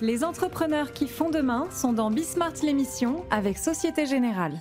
Les entrepreneurs qui font demain sont dans Bismart l'émission avec Société Générale.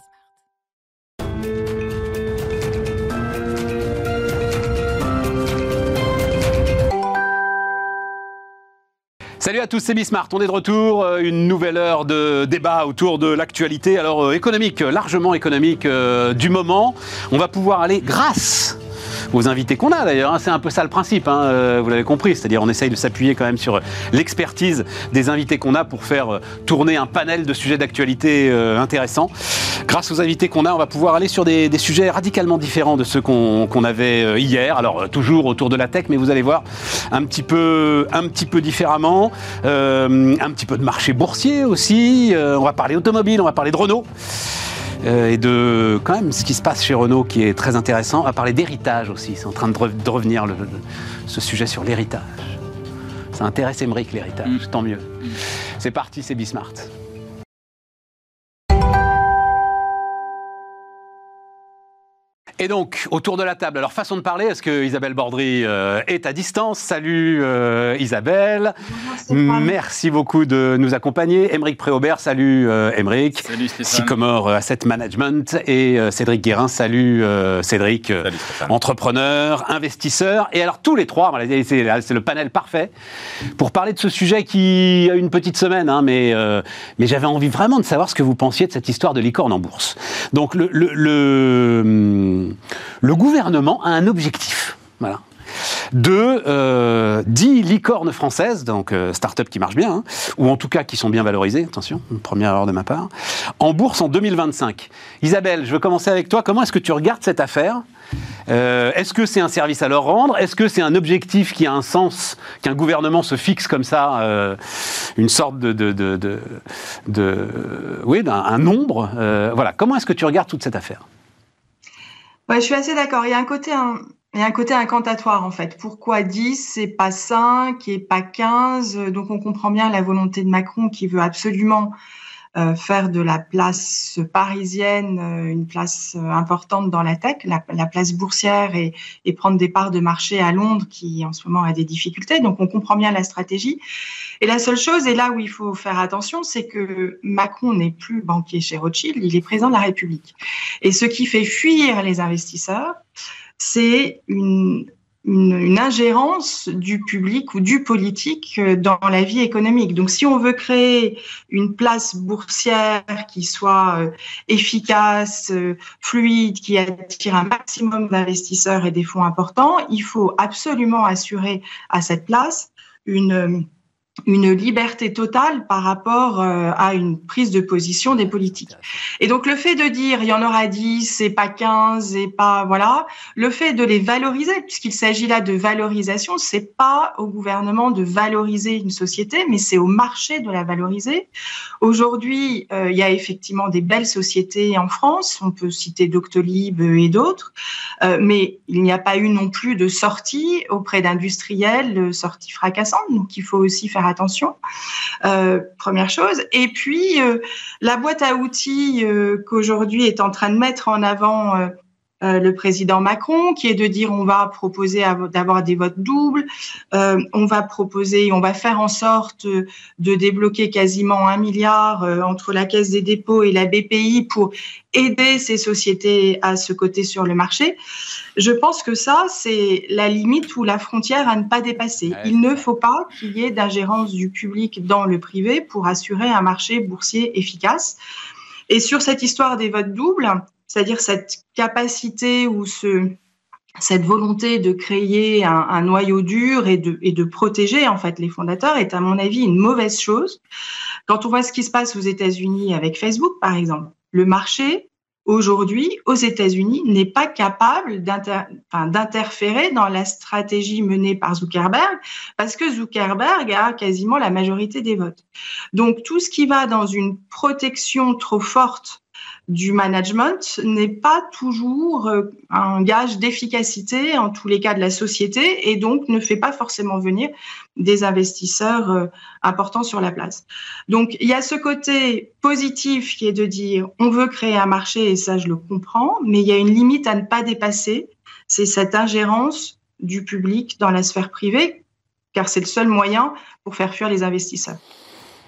Salut à tous, c'est Bismart, on est de retour, une nouvelle heure de débat autour de l'actualité, alors économique, largement économique du moment. On va pouvoir aller grâce aux invités qu'on a d'ailleurs, c'est un peu ça le principe, vous l'avez compris, c'est-à-dire on essaye de s'appuyer quand même sur l'expertise des invités qu'on a pour faire tourner un panel de sujets d'actualité intéressants. Grâce aux invités qu'on a, on va pouvoir aller sur des sujets radicalement différents de ceux qu'on avait hier, alors toujours autour de la tech, mais vous allez voir un petit peu différemment, un petit peu de marché boursier aussi, on va parler automobile, on va parler de Renault. Et de quand même ce qui se passe chez Renault qui est très intéressant. On va parler d'héritage aussi, c'est en train de revenir ce sujet sur l'héritage. Ça intéresse Émeric l'héritage, tant mieux. C'est parti, c'est Bismart. Et donc, autour de la table, alors façon de parler, est-ce que Isabelle Bordry est à distance? Salut Isabelle, merci beaucoup de nous accompagner. Émeric Préaubert, salut Émeric. Salut Stéphane. Sycomore Asset Management et Cédric Guérin, salut Cédric, salut entrepreneur, investisseur. Et alors tous les trois, c'est le panel parfait pour parler de ce sujet qui a une petite semaine, mais j'avais envie vraiment de savoir ce que vous pensiez de cette histoire de licorne en bourse. Donc le gouvernement a un objectif, voilà, de 10 licornes françaises, donc start-up qui marchent bien, ou en tout cas qui sont bien valorisées, attention, une première erreur de ma part, en bourse en 2025. Isabelle, je veux commencer avec toi. Comment est-ce que tu regardes cette affaire ? Est-ce que c'est un service à leur rendre ? Est-ce que c'est un objectif qui a un sens, qu'un gouvernement se fixe comme ça, une sorte un nombre voilà. Comment est-ce que tu regardes toute cette affaire ? Ouais, je suis assez d'accord. Il y a un côté incantatoire, en fait. Pourquoi 10 et pas 5 et pas 15 ? Donc, on comprend bien la volonté de Macron qui veut absolument faire de la place parisienne une place importante dans la tech, la place boursière et prendre des parts de marché à Londres qui, en ce moment, a des difficultés. Donc, on comprend bien la stratégie. Et la seule chose, et là où il faut faire attention, c'est que Macron n'est plus banquier chez Rothschild, il est président de la République. Et ce qui fait fuir les investisseurs, c'est une ingérence du public ou du politique dans la vie économique. Donc, si on veut créer une place boursière qui soit efficace, fluide, qui attire un maximum d'investisseurs et des fonds importants, il faut absolument assurer à cette place une liberté totale par rapport à une prise de position des politiques. Et donc, le fait de dire il y en aura 10 et pas 15 et pas, voilà, le fait de les valoriser, puisqu'il s'agit là de valorisation, c'est pas au gouvernement de valoriser une société, mais c'est au marché de la valoriser. Aujourd'hui, il y a effectivement des belles sociétés en France, on peut citer Doctolib et d'autres, mais il n'y a pas eu non plus de sortie auprès d'industriels, sortie fracassante, donc il faut aussi faire attention, première chose. Et puis, la boîte à outils qu'aujourd'hui est en train de mettre en avant le président Macron, qui est de dire on va proposer d'avoir des votes doubles, on va faire en sorte de débloquer quasiment 1 milliard entre la Caisse des dépôts et la BPI pour aider ces sociétés à se coter sur le marché. Je pense que ça, c'est la limite ou la frontière à ne pas dépasser. Il ne faut pas qu'il y ait d'ingérence du public dans le privé pour assurer un marché boursier efficace. Et sur cette histoire des votes doubles, c'est-à-dire cette capacité ou cette volonté de créer un noyau dur et de protéger en fait les fondateurs est à mon avis une mauvaise chose. Quand on voit ce qui se passe aux États-Unis avec Facebook, par exemple, le marché aujourd'hui aux États-Unis n'est pas capable d'interférer dans la stratégie menée par Zuckerberg parce que Zuckerberg a quasiment la majorité des votes. Donc tout ce qui va dans une protection trop forte du management n'est pas toujours un gage d'efficacité en tous les cas de la société et donc ne fait pas forcément venir des investisseurs importants sur la place. Donc il y a ce côté positif qui est de dire on veut créer un marché et ça je le comprends, mais il y a une limite à ne pas dépasser, c'est cette ingérence du public dans la sphère privée car c'est le seul moyen pour faire fuir les investisseurs.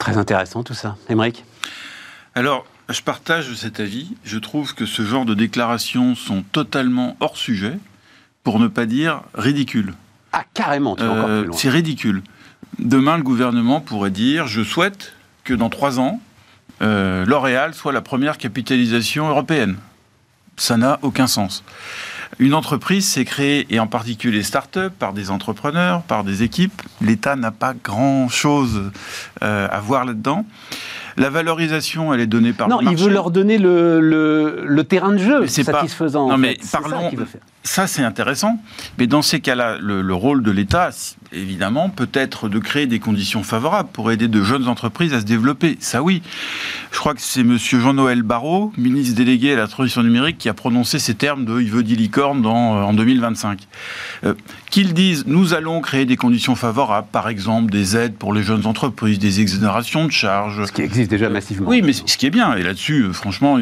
Très intéressant tout ça. Aymeric ? Alors, je partage cet avis. Je trouve que ce genre de déclarations sont totalement hors sujet, pour ne pas dire ridicules. Ah, carrément, tu vas encore plus loin. C'est ridicule. Demain, le gouvernement pourrait dire « Je souhaite que dans 3 ans, L'Oréal soit la première capitalisation européenne ». Ça n'a aucun sens. Une entreprise s'est créée, et en particulier les start-up, par des entrepreneurs, par des équipes. L'État n'a pas grand-chose à voir là-dedans. La valorisation, elle est donnée par le marché. Non, il veut leur donner le terrain de jeu satisfaisant. Non, mais parlons... Ça, c'est intéressant. Mais dans ces cas-là, le rôle de l'État, évidemment, peut être de créer des conditions favorables pour aider de jeunes entreprises à se développer. Ça, oui. Je crois que c'est M. Jean-Noël Barrot, ministre délégué à la transition numérique, qui a prononcé ces termes de « il veut 10 licornes en 2025 ». Qu'ils disent « nous allons créer des conditions favorables, par exemple des aides pour les jeunes entreprises, des exonérations de charges ». Ce qui existe déjà massivement. Oui, mais ce qui est bien. Et là-dessus, franchement,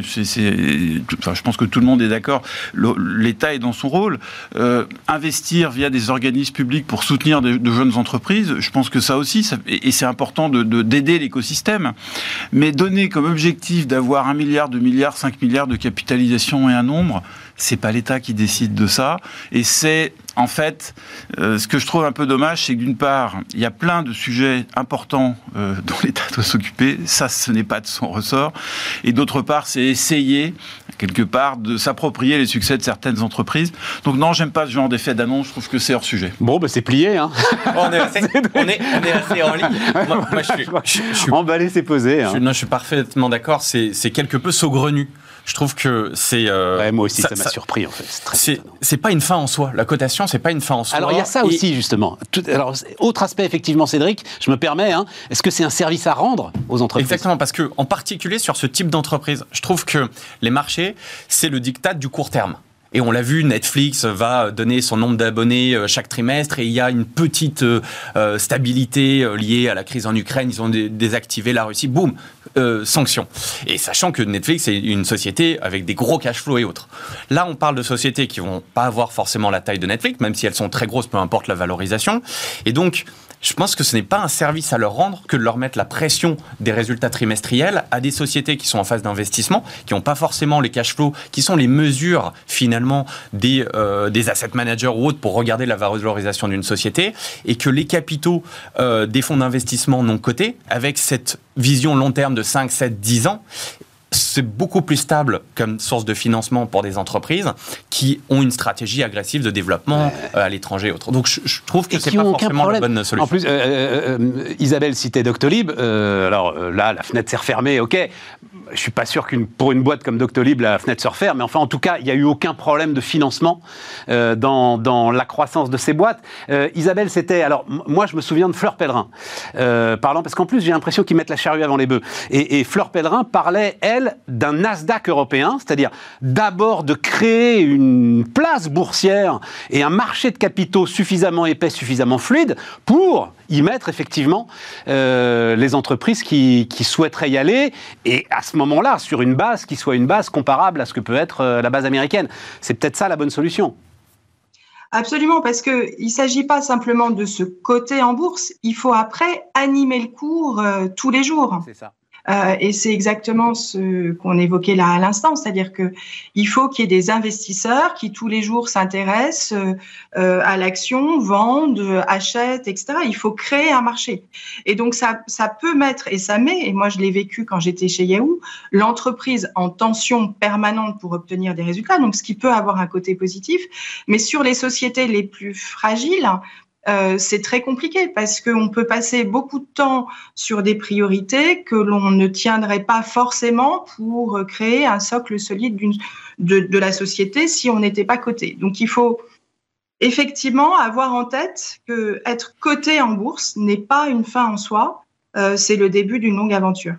je pense que tout le monde est d'accord. L'État est dans son rôle. Investir via des organismes publics pour soutenir de jeunes entreprises, je pense que ça aussi, et c'est important d'aider l'écosystème. Mais donner comme objectif d'avoir 1 milliard, 2 milliards, 5 milliards de capitalisation et un nombre, c'est pas l'État qui décide de ça. Et c'est, en fait, ce que je trouve un peu dommage, c'est que d'une part, il y a plein de sujets importants dont l'État doit s'occuper. Ça, ce n'est pas de son ressort. Et d'autre part, c'est essayer, quelque part, de s'approprier les succès de certaines entreprises. Donc non, j'aime pas ce genre d'effet d'annonce. Je trouve que c'est hors sujet. Bon, ben c'est plié, hein. On est assez en ligne. Moi, je suis emballé, c'est posé. Hein. Je suis parfaitement d'accord. C'est quelque peu saugrenu. Je trouve que c'est... moi aussi, ça m'a surpris, en fait. C'est pas une fin en soi. La cotation, c'est pas une fin en soi. Alors, il y a ça aussi, justement. Alors, autre aspect, effectivement, Cédric, je me permets, hein, est-ce que c'est un service à rendre aux entreprises ? Exactement, parce que, en particulier sur ce type d'entreprise, je trouve que les marchés, c'est le diktat du court terme. Et on l'a vu, Netflix va donner son nombre d'abonnés chaque trimestre et il y a une petite stabilité liée à la crise en Ukraine. Ils ont désactivé la Russie. Boum, sanctions. Et sachant que Netflix est une société avec des gros cash flows et autres. Là, on parle de sociétés qui vont pas avoir forcément la taille de Netflix, même si elles sont très grosses, peu importe la valorisation. Et donc, je pense que ce n'est pas un service à leur rendre que de leur mettre la pression des résultats trimestriels à des sociétés qui sont en phase d'investissement, qui n'ont pas forcément les cash flows, qui sont les mesures finalement des asset managers ou autres pour regarder la valorisation d'une société, et que les capitaux des fonds d'investissement non cotés, avec cette vision long terme de 5, 7, 10 ans, c'est beaucoup plus stable comme source de financement pour des entreprises qui ont une stratégie agressive de développement à l'étranger et autres. Donc je trouve que c'est pas forcément la bonne solution. En plus, Isabelle citait Doctolib. Alors là, la fenêtre s'est refermée, ok. Je suis pas sûr pour une boîte comme Doctolib, la fenêtre se referme, mais enfin, en tout cas, il n'y a eu aucun problème de financement dans la croissance de ces boîtes. Isabelle, c'était... Alors, moi, je me souviens de Fleur Pellerin, parlant, parce qu'en plus, j'ai l'impression qu'ils mettent la charrue avant les bœufs. Et Fleur Pellerin parlait, elle, d'un Nasdaq européen, c'est-à-dire d'abord de créer une place boursière et un marché de capitaux suffisamment épais, suffisamment fluide, pour y mettre effectivement les entreprises qui souhaiteraient y aller, et à ce moment-là, sur une base qui soit une base comparable à ce que peut être la base américaine. C'est peut-être ça la bonne solution. Absolument, parce qu'il ne s'agit pas simplement de se coter en bourse, il faut après animer le cours tous les jours. C'est ça. Et c'est exactement ce qu'on évoquait là à l'instant, c'est-à-dire que il faut qu'il y ait des investisseurs qui tous les jours s'intéressent à l'action, vendent, achètent, etc. Il faut créer un marché. Et donc ça peut mettre, et ça met, et moi je l'ai vécu quand j'étais chez Yahoo, l'entreprise en tension permanente pour obtenir des résultats, donc ce qui peut avoir un côté positif. Mais sur les sociétés les plus fragiles, c'est très compliqué parce qu'on peut passer beaucoup de temps sur des priorités que l'on ne tiendrait pas forcément pour créer un socle solide de la société si on n'était pas coté. Donc il faut effectivement avoir en tête que être coté en bourse n'est pas une fin en soi, c'est le début d'une longue aventure.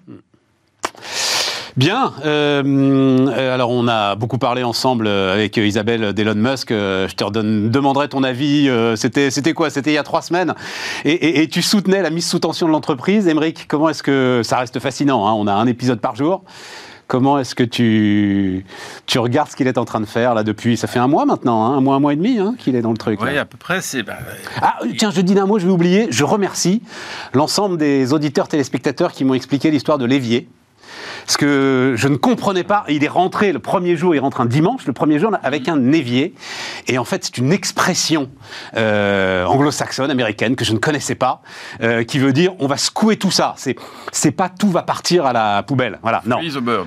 Bien, alors on a beaucoup parlé ensemble avec Isabelle d'Elon Musk, je te demanderai ton avis, c'était quoi ? C'était il y a 3 semaines, et tu soutenais la mise sous tension de l'entreprise. Aymeric, comment est-ce que ça reste fascinant, hein, on a un épisode par jour, Comment est-ce que tu regardes ce qu'il est en train de faire là depuis, ça fait un mois maintenant, hein, un mois et demi qu'il est dans le truc. Oui, à peu près. Tiens, je dis d'un mot, je vais oublier, je remercie l'ensemble des auditeurs téléspectateurs qui m'ont expliqué l'histoire de l'évier. Parce que je ne comprenais pas, il est rentré le premier jour, il rentre un dimanche, le premier jour, avec un évier. Et en fait, c'est une expression anglo-saxonne, américaine, que je ne connaissais pas, qui veut dire on va secouer tout ça. C'est pas tout va partir à la poubelle. Voilà, non. Free the bird.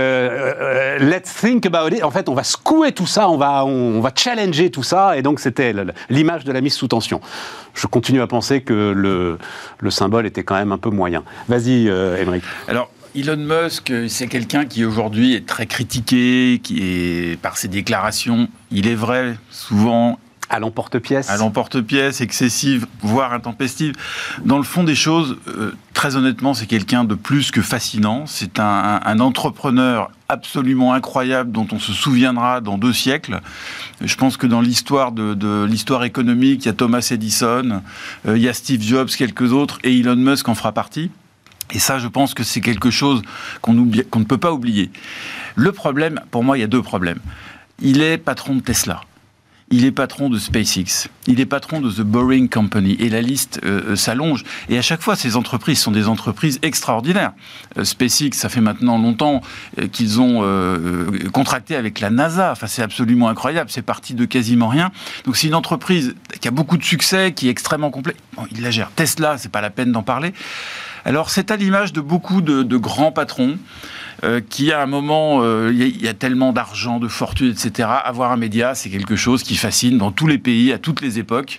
Let's think about it. En fait, on va secouer tout ça, on va challenger tout ça. Et donc, c'était l'image de la mise sous tension. Je continue à penser que le symbole était quand même un peu moyen. Vas-y, Émeric. Alors, Elon Musk, c'est quelqu'un qui aujourd'hui est très critiqué, qui est par ses déclarations, il est vrai, souvent à l'emporte-pièce, excessive, voire intempestive. Dans le fond des choses, très honnêtement, c'est quelqu'un de plus que fascinant. C'est un entrepreneur absolument incroyable dont on se souviendra dans 2 siècles. Je pense que dans l'histoire de l'histoire économique, il y a Thomas Edison, il y a Steve Jobs, quelques autres, et Elon Musk en fera partie. Et ça, je pense que c'est quelque chose qu'on ne peut pas oublier. Le problème, pour moi, il y a 2 problèmes. Il est patron de Tesla. Il est patron de SpaceX. Il est patron de The Boring Company. Et la liste s'allonge. Et à chaque fois, ces entreprises sont des entreprises extraordinaires. SpaceX, ça fait maintenant longtemps qu'ils ont contracté avec la NASA. Enfin, c'est absolument incroyable. C'est parti de quasiment rien. Donc, c'est une entreprise qui a beaucoup de succès, qui est extrêmement complète. Bon, il la gère. Tesla, c'est pas la peine d'en parler. Alors, c'est à l'image de beaucoup de grands patrons qui, à un moment, il y a tellement d'argent, de fortune, etc. Avoir un média, c'est quelque chose qui fascine dans tous les pays, à toutes les époques,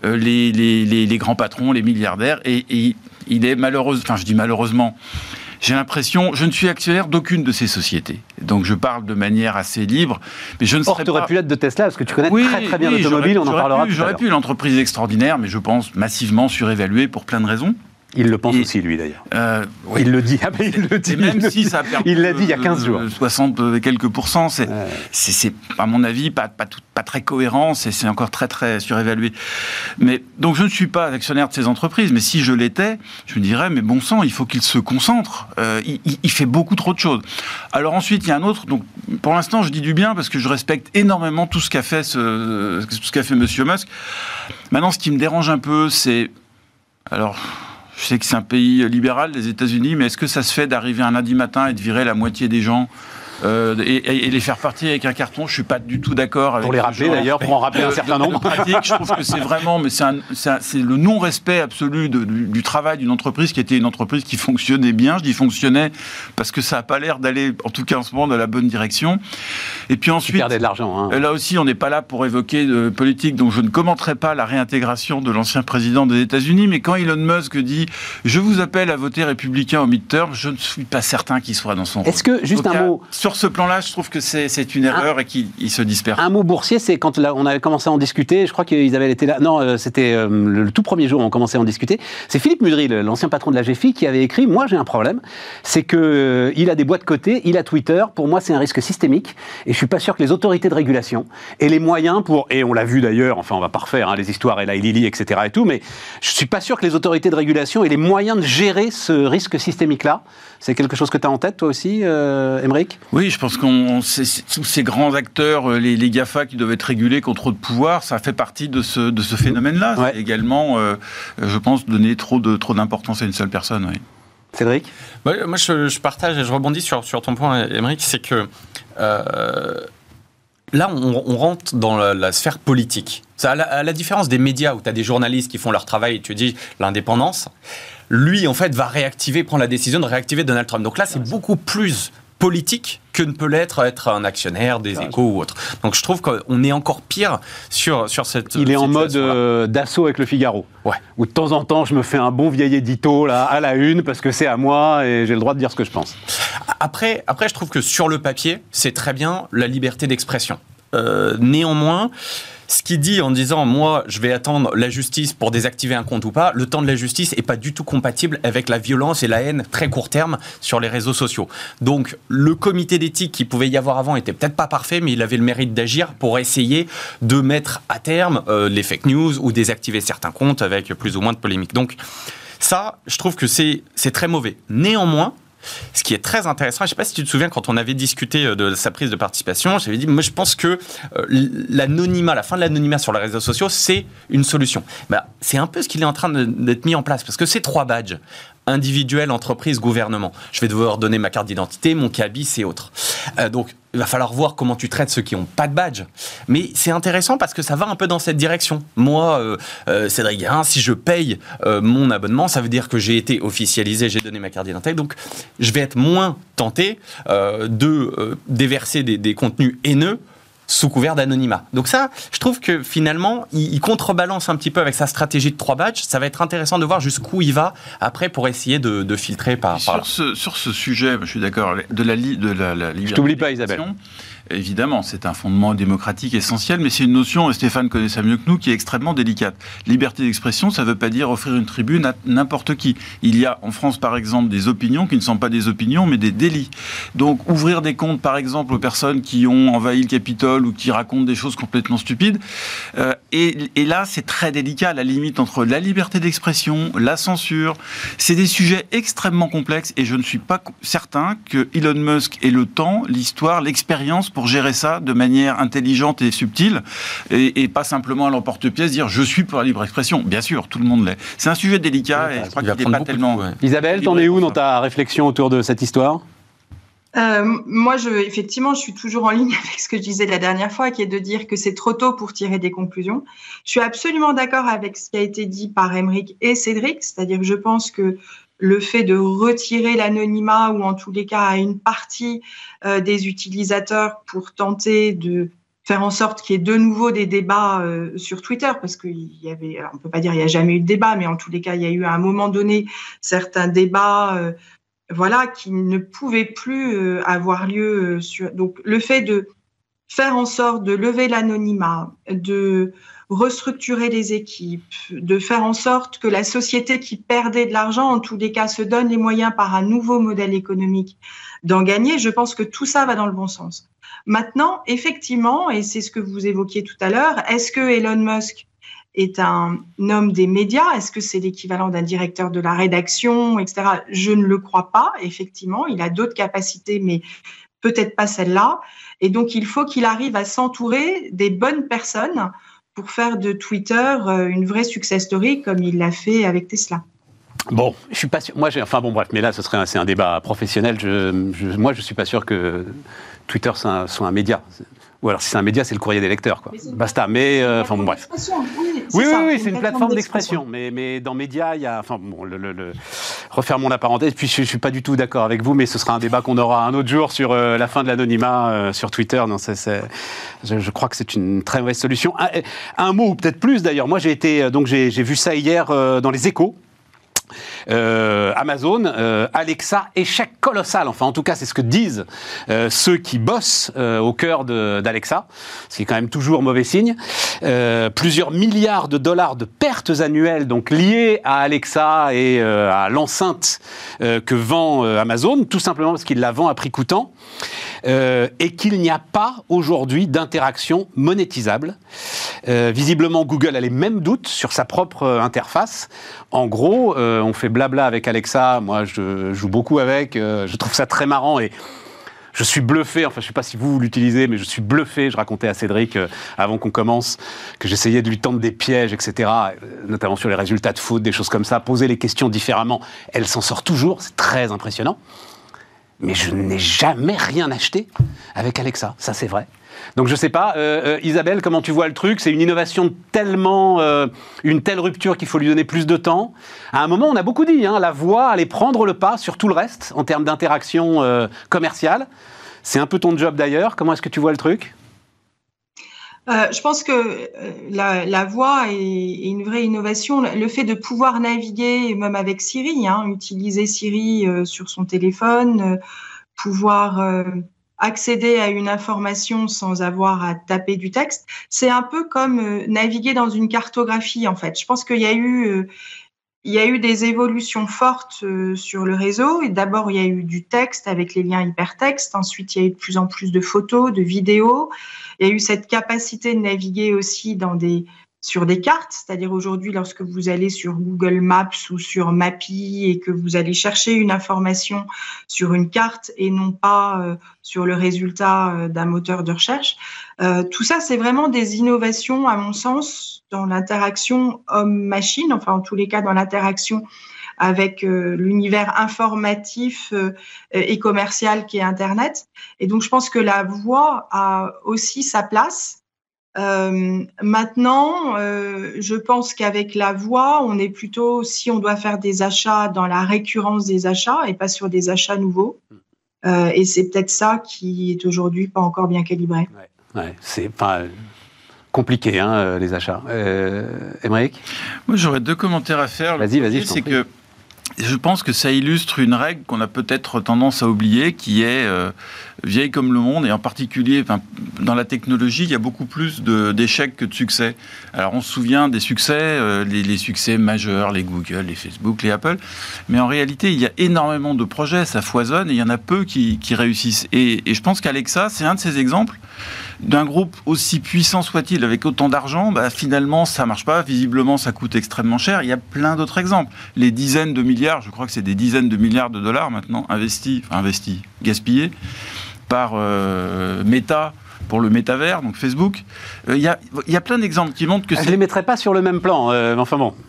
les grands patrons, les milliardaires. Et il est malheureux, enfin, je dis malheureusement, j'ai l'impression, je ne suis actionnaire d'aucune de ces sociétés. Donc, je parle de manière assez libre, mais je ne serais pas... tu aurais pu l'être de Tesla, parce que tu connais très bien l'automobile, on en parlera tout à l'heure. J'aurais pu, l'entreprise extraordinaire, mais je pense massivement surévaluée pour plein de raisons. Il le pense aussi, lui, d'ailleurs. Oui. Il le dit. Ah, mais il le dit. Et même si ça a perdu... Il l'a dit il y a 15 jours. 60 et quelques pourcents, c'est, à mon avis, pas très cohérent, c'est encore très, très surévalué. Mais, donc, je ne suis pas actionnaire de ces entreprises, mais si je l'étais, je me dirais, mais bon sang, il faut qu'il se concentre. Il fait beaucoup trop de choses. Alors ensuite, il y a un autre... Donc, pour l'instant, je dis du bien, parce que je respecte énormément tout ce qu'a fait Monsieur Musk. Maintenant, ce qui me dérange un peu, c'est... Alors... Je sais que c'est un pays libéral, les États-Unis, mais est-ce que ça se fait d'arriver un lundi matin et de virer la moitié des gens et les faire partir avec un carton? Je suis pas du tout d'accord avec. Pour les rappeler d'ailleurs, pour en rappeler un certain nombre. Pratique, je trouve que c'est vraiment, mais c'est le non-respect absolu du travail d'une entreprise qui était une entreprise qui fonctionnait bien. Je dis fonctionnait parce que ça a pas l'air d'aller, en tout cas en ce moment, dans la bonne direction. Et puis ensuite, perdait de l'argent. Hein. Là aussi, on n'est pas là pour évoquer de politique, donc je ne commenterai pas la réintégration de l'ancien président des États-Unis. Mais quand Elon Musk dit « Je vous appelle à voter républicain au midterm », je ne suis pas certain qu'il soit dans son rôle. Est-ce que, juste un mot... Sur ce plan-là, je trouve que c'est une erreur et qu'il se disperse. Un mot boursier, c'est quand on avait commencé à en discuter, je crois qu'Isabelle était là, non, c'était le tout premier jour où on commençait à en discuter, c'est Philippe Mudril, l'ancien patron de la GFI, qui avait écrit « Moi, j'ai un problème, c'est qu'il a des boîtes cotées, il a Twitter, pour moi, c'est un risque systémique, et je suis pas sûr que les autorités de régulation aient les moyens pour, et on l'a vu d'ailleurs, enfin on va pas refaire les histoires Eli Lilly, etc. et tout, mais je suis pas sûr que les autorités de régulation aient les moyens de gérer ce risque systémique-là. C'est quelque chose que tu as en tête, toi aussi, Émeric ? Oui, je pense tous ces grands acteurs, les GAFA qui doivent être régulés, qui ont trop de pouvoir, ça fait partie de ce phénomène-là. Ouais. C'est également, je pense, donner trop d'importance à une seule personne. Oui. Cédric ? Moi, je partage et je rebondis sur ton point, Émeric, c'est que là, on rentre dans la sphère politique. À la différence des médias où tu as des journalistes qui font leur travail et tu dis l'indépendance, lui, en fait, va prendre la décision de réactiver Donald Trump. Donc là, c'est beaucoup plus politique que ne peut être un actionnaire des Échos ou autre. Donc je trouve qu'on est encore pire sur cette... Il est en mode d'assaut avec le Figaro. Ouais. Où de temps en temps, je me fais un bon vieil édito là, à la une parce que c'est à moi et j'ai le droit de dire ce que je pense. Après, je trouve que sur le papier, c'est très bien la liberté d'expression. Néanmoins... Ce qu'il dit en disant « moi, je vais attendre la justice pour désactiver un compte ou pas », le temps de la justice n'est pas du tout compatible avec la violence et la haine très court terme sur les réseaux sociaux. Donc, le comité d'éthique qui pouvait y avoir avant était peut-être pas parfait, mais il avait le mérite d'agir pour essayer de mettre à terme les fake news ou désactiver certains comptes avec plus ou moins de polémique. Donc, ça, je trouve que c'est très mauvais. Néanmoins, Ce qui est très intéressant, je ne sais pas si tu te souviens, quand on avait discuté de sa prise de participation, j'avais dit, moi je pense que l'anonymat, la fin de l'anonymat sur les réseaux sociaux, c'est une solution. C'est un peu ce qu'il est en train d'être mis en place, parce que ces 3 badges, individuel, entreprise, gouvernement. Je vais devoir donner ma carte d'identité, mon cabis et autres. Donc, il va falloir voir comment tu traites ceux qui n'ont pas de badge. Mais c'est intéressant parce que ça va un peu dans cette direction. Moi, Cédric Guérin, si je paye mon abonnement, ça veut dire que j'ai été officialisé, j'ai donné ma carte d'identité. Donc, je vais être moins tenté de déverser des contenus haineux sous couvert d'anonymat. Donc ça, je trouve que finalement, il contrebalance un petit peu avec sa stratégie de 3 badges. Ça va être intéressant de voir jusqu'où il va après pour essayer de filtrer par là. Sur ce sujet, je suis d'accord, de la liberté. Je t'oublie pas, Isabelle. Évidemment, c'est un fondement démocratique essentiel, mais c'est une notion, et Stéphane connaît ça mieux que nous, qui est extrêmement délicate. Liberté d'expression, ça ne veut pas dire offrir une tribune à n'importe qui. Il y a en France, par exemple, des opinions qui ne sont pas des opinions, mais des délits. Donc, ouvrir des comptes, par exemple, aux personnes qui ont envahi le Capitole ou qui racontent des choses complètement stupides, et là, c'est très délicat, la limite entre la liberté d'expression, la censure. C'est des sujets extrêmement complexes, et je ne suis pas certain que Elon Musk ait le temps, l'histoire, l'expérience pour gérer ça de manière intelligente et subtile, et pas simplement à l'emporte-pièce dire je suis pour la libre expression. Bien sûr, tout le monde l'est. C'est un sujet délicat et je crois qu'il n'est pas tellement... Isabelle, t'en es où dans ta réflexion autour de cette histoire ? Moi, effectivement, je suis toujours en ligne avec ce que je disais la dernière fois, qui est de dire que c'est trop tôt pour tirer des conclusions. Je suis absolument d'accord avec ce qui a été dit par Aymeric et Cédric, c'est-à-dire que je pense que le fait de retirer l'anonymat, ou en tous les cas à une partie des utilisateurs, pour tenter de faire en sorte qu'il y ait de nouveau des débats sur Twitter, parce qu'il y avait, alors on peut pas dire il n'y a jamais eu de débat, mais en tous les cas, il y a eu à un moment donné certains débats qui ne pouvaient plus avoir lieu. Donc le fait de faire en sorte de lever l'anonymat, de restructurer les équipes, de faire en sorte que la société qui perdait de l'argent, en tous les cas, se donne les moyens par un nouveau modèle économique d'en gagner, je pense que tout ça va dans le bon sens. Maintenant, effectivement, et c'est ce que vous évoquiez tout à l'heure, est-ce que Elon Musk est un homme des médias? Est-ce que c'est l'équivalent d'un directeur de la rédaction, etc.? Je ne le crois pas, effectivement. Il a d'autres capacités, mais peut-être pas celle-là. Et donc, il faut qu'il arrive à s'entourer des bonnes personnes pour faire de Twitter une vraie success story, comme il l'a fait avec Tesla. Bon, je suis pas sûr. Moi, mais là, c'est un débat professionnel. Moi, je suis pas sûr que Twitter soit un média. Ou alors, si c'est un média, c'est le courrier des lecteurs, quoi. Basta. Mais, bref. Oui, c'est une plateforme d'expression. Mais dans médias, il y a, refermons la parenthèse. Puis, je suis pas du tout d'accord avec vous, mais ce sera un débat qu'on aura un autre jour sur la fin de l'anonymat sur Twitter. Non, je crois que c'est une très mauvaise solution. Un mot, ou peut-être plus d'ailleurs. Moi, j'ai vu ça hier dans les Échos. Amazon, Alexa, échec colossal. Enfin, en tout cas, c'est ce que disent ceux qui bossent au cœur d'Alexa, ce qui est quand même toujours mauvais signe. Plusieurs milliards de dollars de pertes annuelles, donc liées à Alexa et à l'enceinte que vend Amazon, tout simplement parce qu'il la vend à prix coûtant. Et qu'il n'y a pas aujourd'hui d'interaction monétisable. Visiblement, Google a les mêmes doutes sur sa propre interface. En gros, on fait blabla avec Alexa. Moi, je joue beaucoup avec. Je trouve ça très marrant et je suis bluffé. Enfin, je ne sais pas si vous l'utilisez, mais je suis bluffé. Je racontais à Cédric, avant qu'on commence, que j'essayais de lui tendre des pièges, etc., notamment sur les résultats de foot, des choses comme ça, poser les questions différemment. Elle s'en sort toujours. C'est très impressionnant. Mais je n'ai jamais rien acheté avec Alexa, ça c'est vrai. Donc je ne sais pas, Isabelle, comment tu vois le truc? C'est une innovation tellement, une telle rupture qu'il faut lui donner plus de temps. À un moment, on a beaucoup dit, la voix allait prendre le pas sur tout le reste en termes d'interaction commerciale. C'est un peu ton job d'ailleurs. Comment est-ce que tu vois le truc? Je pense que la voix est une vraie innovation. Le fait de pouvoir naviguer, même avec Siri, utiliser Siri sur son téléphone, pouvoir accéder à une information sans avoir à taper du texte, c'est un peu comme naviguer dans une cartographie, en fait. Je pense qu'il y a eu des évolutions fortes sur le réseau. Et d'abord, il y a eu du texte avec les liens hypertextes. Ensuite, il y a eu de plus en plus de photos, de vidéos. Il y a eu cette capacité de naviguer aussi dans des sur des cartes, c'est-à-dire aujourd'hui, lorsque vous allez sur Google Maps ou sur Mappy et que vous allez chercher une information sur une carte et non pas sur le résultat d'un moteur de recherche, tout ça, c'est vraiment des innovations, à mon sens, dans l'interaction homme-machine, enfin en tous les cas dans l'interaction avec l'univers informatif et commercial qui est Internet. Et donc, je pense que la voix a aussi sa place. Maintenant, je pense qu'avec la voix, on est plutôt, si on doit faire des achats, dans la récurrence des achats et pas sur des achats nouveaux. Et c'est peut-être ça qui est aujourd'hui pas encore bien calibré. Ouais, c'est pas compliqué, les achats. Aymeric ? Moi, j'aurais 2 commentaires à faire. Vas-y, c'est que je pense que ça illustre une règle qu'on a peut-être tendance à oublier, qui est vieille comme le monde, et en particulier dans la technologie, il y a beaucoup plus d'échecs que de succès. Alors on se souvient des succès, les succès majeurs, les Google, les Facebook, les Apple, mais en réalité il y a énormément de projets, ça foisonne, et il y en a peu qui réussissent. Et je pense qu'Alexa, c'est un de ces exemples d'un groupe aussi puissant soit-il, avec autant d'argent, finalement ça marche pas, visiblement ça coûte extrêmement cher. Il y a plein d'autres exemples. Les dizaines de milliards, je crois que c'est des dizaines de milliards de dollars maintenant gaspillés par Meta pour le métavers, donc Facebook. Il y a plein d'exemples qui montrent que je ne les mettrais pas sur le même plan, enfin bon.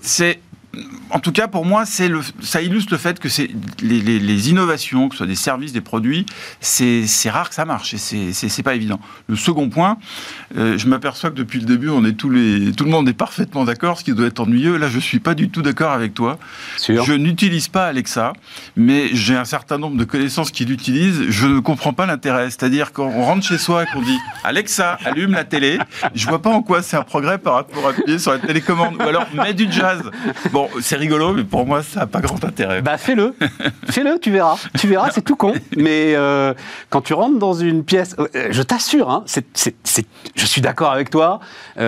En tout cas, pour moi, ça illustre le fait que les innovations, que ce soit des services, des produits, c'est rare que ça marche, et c'est pas évident. Le second point, je m'aperçois que depuis le début, tout le monde est parfaitement d'accord, ce qui doit être ennuyeux. Là, je suis pas du tout d'accord avec toi. Sûr. Je n'utilise pas Alexa, mais j'ai un certain nombre de connaissances qui l'utilisent. Je ne comprends pas l'intérêt. C'est-à-dire, quand on rentre chez soi et qu'on dit « Alexa, allume la télé », je vois pas en quoi c'est un progrès par rapport à appuyer sur la télécommande. Ou alors, mets du jazz. Bon, c'est rigolo, mais pour moi, ça n'a pas grand intérêt. Fais-le, tu verras. Tu verras, c'est tout con. Mais quand tu rentres dans une pièce, je t'assure, je suis d'accord avec toi,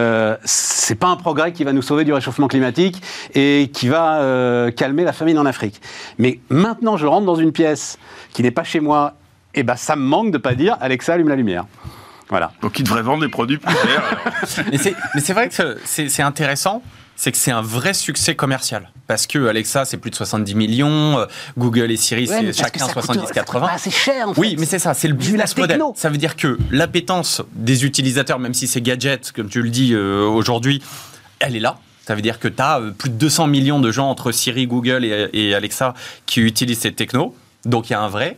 c'est pas un progrès qui va nous sauver du réchauffement climatique et qui va calmer la famine en Afrique. Mais maintenant, je rentre dans une pièce qui n'est pas chez moi, et ça me manque de pas dire « Alexa, allume la lumière ». Voilà. Donc, ils devraient vendre des produits plus chers. Mais c'est vrai que c'est intéressant. C'est que c'est un vrai succès commercial. Parce que Alexa, c'est plus de 70 millions, Google et Siri, c'est chacun 70-80. C'est cher, en fait. Oui, mais c'est ça, c'est le business model. Ça veut dire que l'appétence des utilisateurs, même si c'est gadget, comme tu le dis aujourd'hui, elle est là. Ça veut dire que tu as plus de 200 millions de gens entre Siri, Google et Alexa qui utilisent cette techno. Donc il y a un vrai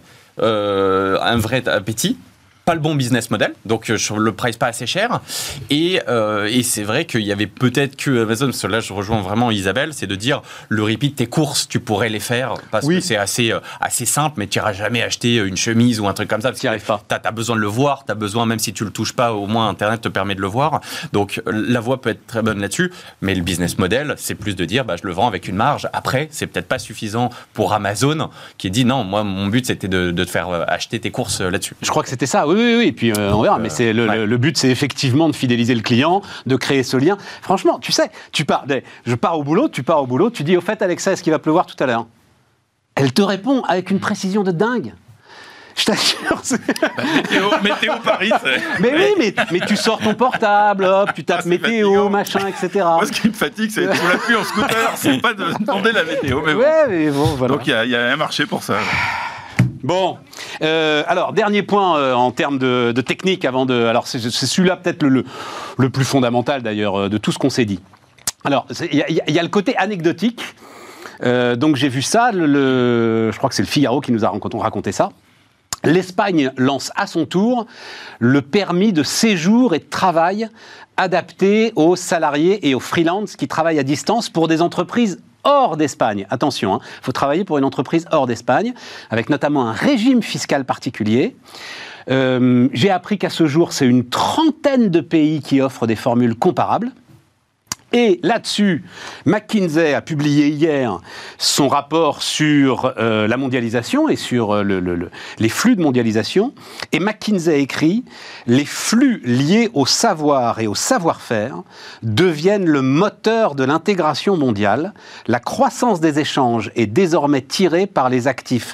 appétit. Pas le bon business model, donc je le price pas assez cher. Et c'est vrai qu'il y avait peut-être que Amazon, parce que là je rejoins vraiment Isabelle, c'est de dire le repeat, tes courses, tu pourrais les faire parce que c'est assez simple, mais tu n'iras jamais acheter une chemise ou un truc comme ça. Tu n'y arrives pas. Tu as besoin de le voir, tu as besoin, même si tu le touches pas, au moins Internet te permet de le voir. Donc la voix peut être très bonne là-dessus, mais le business model, c'est plus de dire je le vends avec une marge. Après, c'est peut-être pas suffisant pour Amazon qui dit non, moi mon but c'était de te faire acheter tes courses là-dessus. Je crois que c'était ça. Oui, et puis on verra, mais c'est le but, c'est effectivement de fidéliser le client, de créer ce lien. Franchement, tu sais, je pars au boulot, tu dis, au fait, Alexa, est-ce qu'il va pleuvoir tout à l'heure ? Elle te répond avec une précision de dingue. Je t'assure. Météo Paris. Mais oui, mais tu sors ton portable, hop, tu tapes météo, fatigant. Machin, etc. Moi, ce qui me fatigue, c'est sous la pluie en scooter, c'est pas de demander la météo. Mais bon. Ouais, mais bon, voilà. Donc il y a un marché pour ça. Bon, alors dernier point en termes de technique avant de... Alors c'est celui-là peut-être le plus fondamental d'ailleurs de tout ce qu'on s'est dit. Alors il y a le côté anecdotique. Donc j'ai vu ça, je crois que c'est le Figaro qui nous a raconté ça. L'Espagne lance à son tour le permis de séjour et de travail adapté aux salariés et aux freelances qui travaillent à distance pour des entreprises hors d'Espagne. Attention, il faut travailler pour une entreprise hors d'Espagne, avec notamment un régime fiscal particulier. J'ai appris qu'à ce jour, c'est une trentaine de pays qui offrent des formules comparables. Et là-dessus, McKinsey a publié hier son rapport sur la mondialisation et sur les flux de mondialisation. Et McKinsey écrit « Les flux liés au savoir et au savoir-faire deviennent le moteur de l'intégration mondiale. La croissance des échanges est désormais tirée par les actifs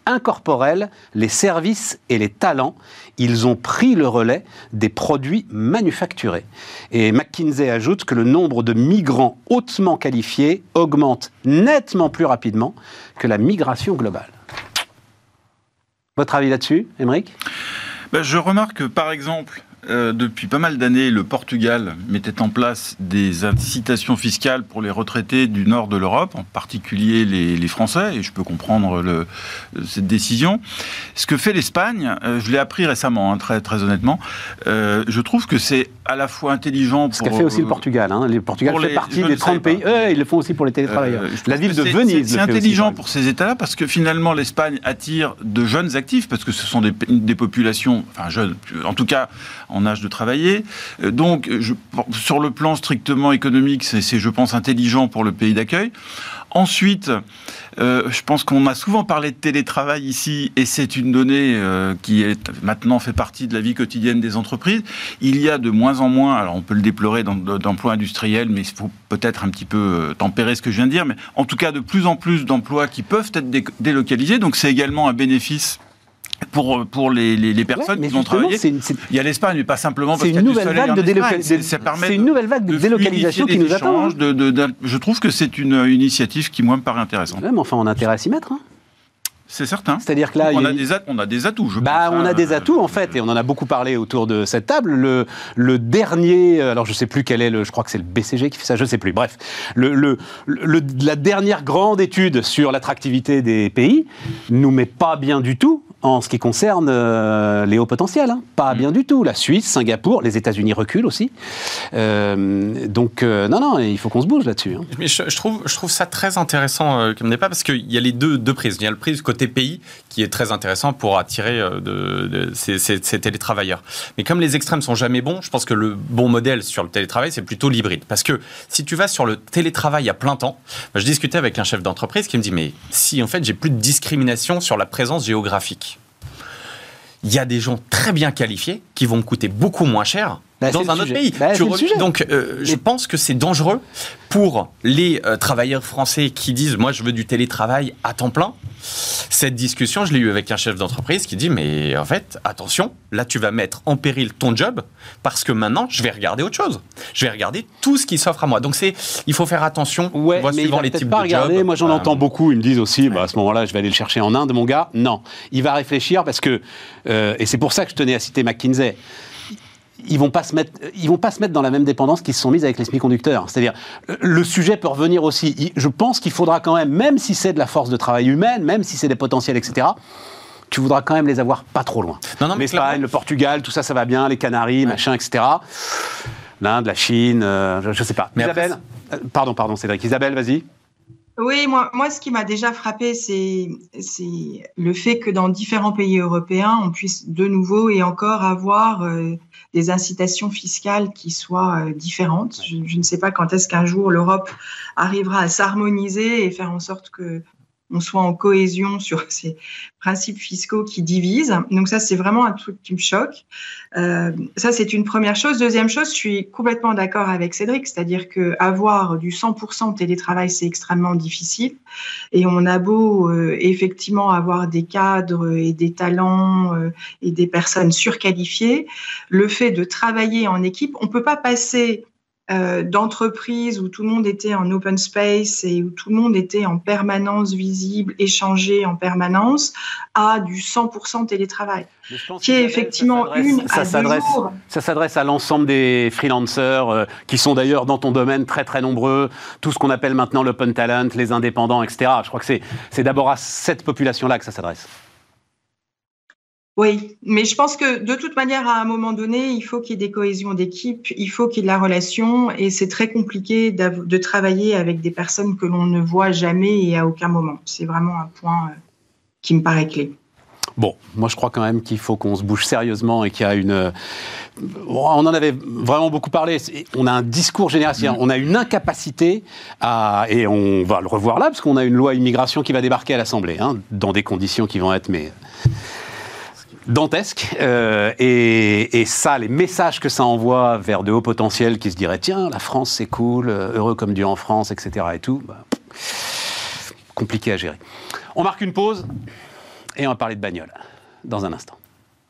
incorporels, les services et les talents. Ils ont pris le relais des produits manufacturés. Et McKinsey ajoute que le nombre de migrants hautement qualifiés augmente nettement plus rapidement que la migration globale. Votre avis là-dessus, Aymeric ? Je remarque que, par exemple, depuis pas mal d'années, le Portugal mettait en place des incitations fiscales pour les retraités du nord de l'Europe, en particulier les Français, et je peux comprendre cette décision. Ce que fait l'Espagne, je l'ai appris récemment, très, très honnêtement, je trouve que c'est à la fois intelligent pour... Ce qu'a fait aussi le Portugal. Le Portugal fait partie des 30 pays. Ils le font aussi pour les télétravailleurs. La ville de Venise c'est intelligent pour ces États-là, parce que finalement, l'Espagne attire de jeunes actifs, parce que ce sont des populations, enfin jeunes, en tout cas en âge de travailler. Donc, sur le plan strictement économique, c'est, je pense, intelligent pour le pays d'accueil. Ensuite, je pense qu'on a souvent parlé de télétravail ici, et c'est une donnée qui maintenant fait partie de la vie quotidienne des entreprises. Il y a de moins en moins, alors on peut le déplorer d'emplois industriels, mais il faut peut-être un petit peu tempérer ce que je viens de dire, mais en tout cas de plus en plus d'emplois qui peuvent être délocalisés, donc c'est également un bénéfice pour les personnes qui vont travailler. Il y a l'Espagne, mais pas simplement parce qu'il y a du soleil en Espagne. C'est une nouvelle vague de délocalisation qui nous attend. Je trouve que c'est une initiative qui, moi, me paraît intéressante. Ouais, mais enfin, on a intérêt à s'y mettre. C'est certain. C'est-à-dire que là, on a des atouts, je pense. On a des atouts, en fait, et on en a beaucoup parlé autour de cette table. Le dernier, alors je ne sais plus quel est je crois que c'est le BCG qui fait ça, je ne sais plus. Bref, la dernière grande étude sur l'attractivité des pays nous met pas bien du tout en ce qui concerne les hauts potentiels. Pas bien du tout. La Suisse, Singapour, les États-Unis reculent aussi. Donc, non, il faut qu'on se bouge là-dessus. Mais je trouve ça très intéressant comme débat, parce qu'il y a les deux prises. Il y a le prise côté pays qui est très intéressant pour attirer ces télétravailleurs. Mais comme les extrêmes sont jamais bons, je pense que le bon modèle sur le télétravail, c'est plutôt l'hybride. Parce que si tu vas sur le télétravail à plein temps, je discutais avec un chef d'entreprise qui me dit, mais si en fait j'ai plus de discrimination sur la présence géographique, il y a des gens très bien qualifiés qui vont me coûter beaucoup moins cher dans un autre pays. Donc, je pense que c'est dangereux pour les travailleurs français qui disent « moi, je veux du télétravail à temps plein ». Cette discussion, je l'ai eue avec un chef d'entreprise qui dit « mais en fait, attention, là, tu vas mettre en péril ton job parce que maintenant, je vais regarder autre chose. Je vais regarder tout ce qui s'offre à moi. » Donc, il faut faire attention suivant les types de jobs. Moi, j'en entends beaucoup. Ils me disent aussi « à ce moment-là, je vais aller le chercher en Inde, mon gars. » Non, il va réfléchir parce que, et c'est pour ça que je tenais à citer McKinsey, ils vont pas se mettre dans la même dépendance qu'ils se sont mis avec les semi-conducteurs. C'est-à-dire, le sujet peut revenir aussi. Je pense qu'il faudra quand même si c'est de la force de travail humaine, même si c'est des potentiels, etc., tu voudras quand même les avoir pas trop loin. L'Espagne, le Portugal, tout ça, ça va bien, les Canaries, machin, etc. L'Inde, la Chine, je sais pas. Mais Isabelle, pardon, Cédric. Isabelle, vas-y. Oui, moi, ce qui m'a déjà frappé, c'est le fait que dans différents pays européens, on puisse de nouveau et encore avoir des incitations fiscales qui soient différentes. Je ne sais pas quand est-ce qu'un jour l'Europe arrivera à s'harmoniser et faire en sorte que on soit en cohésion sur ces principes fiscaux qui divisent. Donc ça, c'est vraiment un truc qui me choque. Ça, c'est une première chose. Deuxième chose, je suis complètement d'accord avec Cédric, c'est-à-dire que avoir du 100% de télétravail, c'est extrêmement difficile. Et on a beau effectivement avoir des cadres et des talents et des personnes surqualifiées, le fait de travailler en équipe, on peut pas passer d'entreprises où tout le monde était en open space et où tout le monde était en permanence visible, échangé en permanence, à du 100% télétravail. Qui est effectivement ça s'adresse à l'ensemble des freelancers qui sont d'ailleurs dans ton domaine très très nombreux, tout ce qu'on appelle maintenant l'open talent, les indépendants, etc. Je crois que c'est d'abord à cette population-là que ça s'adresse. Oui, mais je pense que de toute manière, à un moment donné, il faut qu'il y ait des cohésions d'équipe, il faut qu'il y ait de la relation, et c'est très compliqué de travailler avec des personnes que l'on ne voit jamais et à aucun moment. C'est vraiment un point qui me paraît clé. Bon, moi je crois quand même qu'il faut qu'on se bouge sérieusement et qu'il y a une... On en avait vraiment beaucoup parlé. On a un discours générationnel, on a une incapacité à... Et on va le revoir là, parce qu'on a une loi immigration qui va débarquer à l'Assemblée, dans des conditions qui vont être... dantesque, et ça, les messages que ça envoie vers de hauts potentiels qui se diraient tiens, la France c'est cool, heureux comme Dieu en France, etc. et tout, compliqué à gérer. On marque une pause et on va parler de bagnole dans un instant.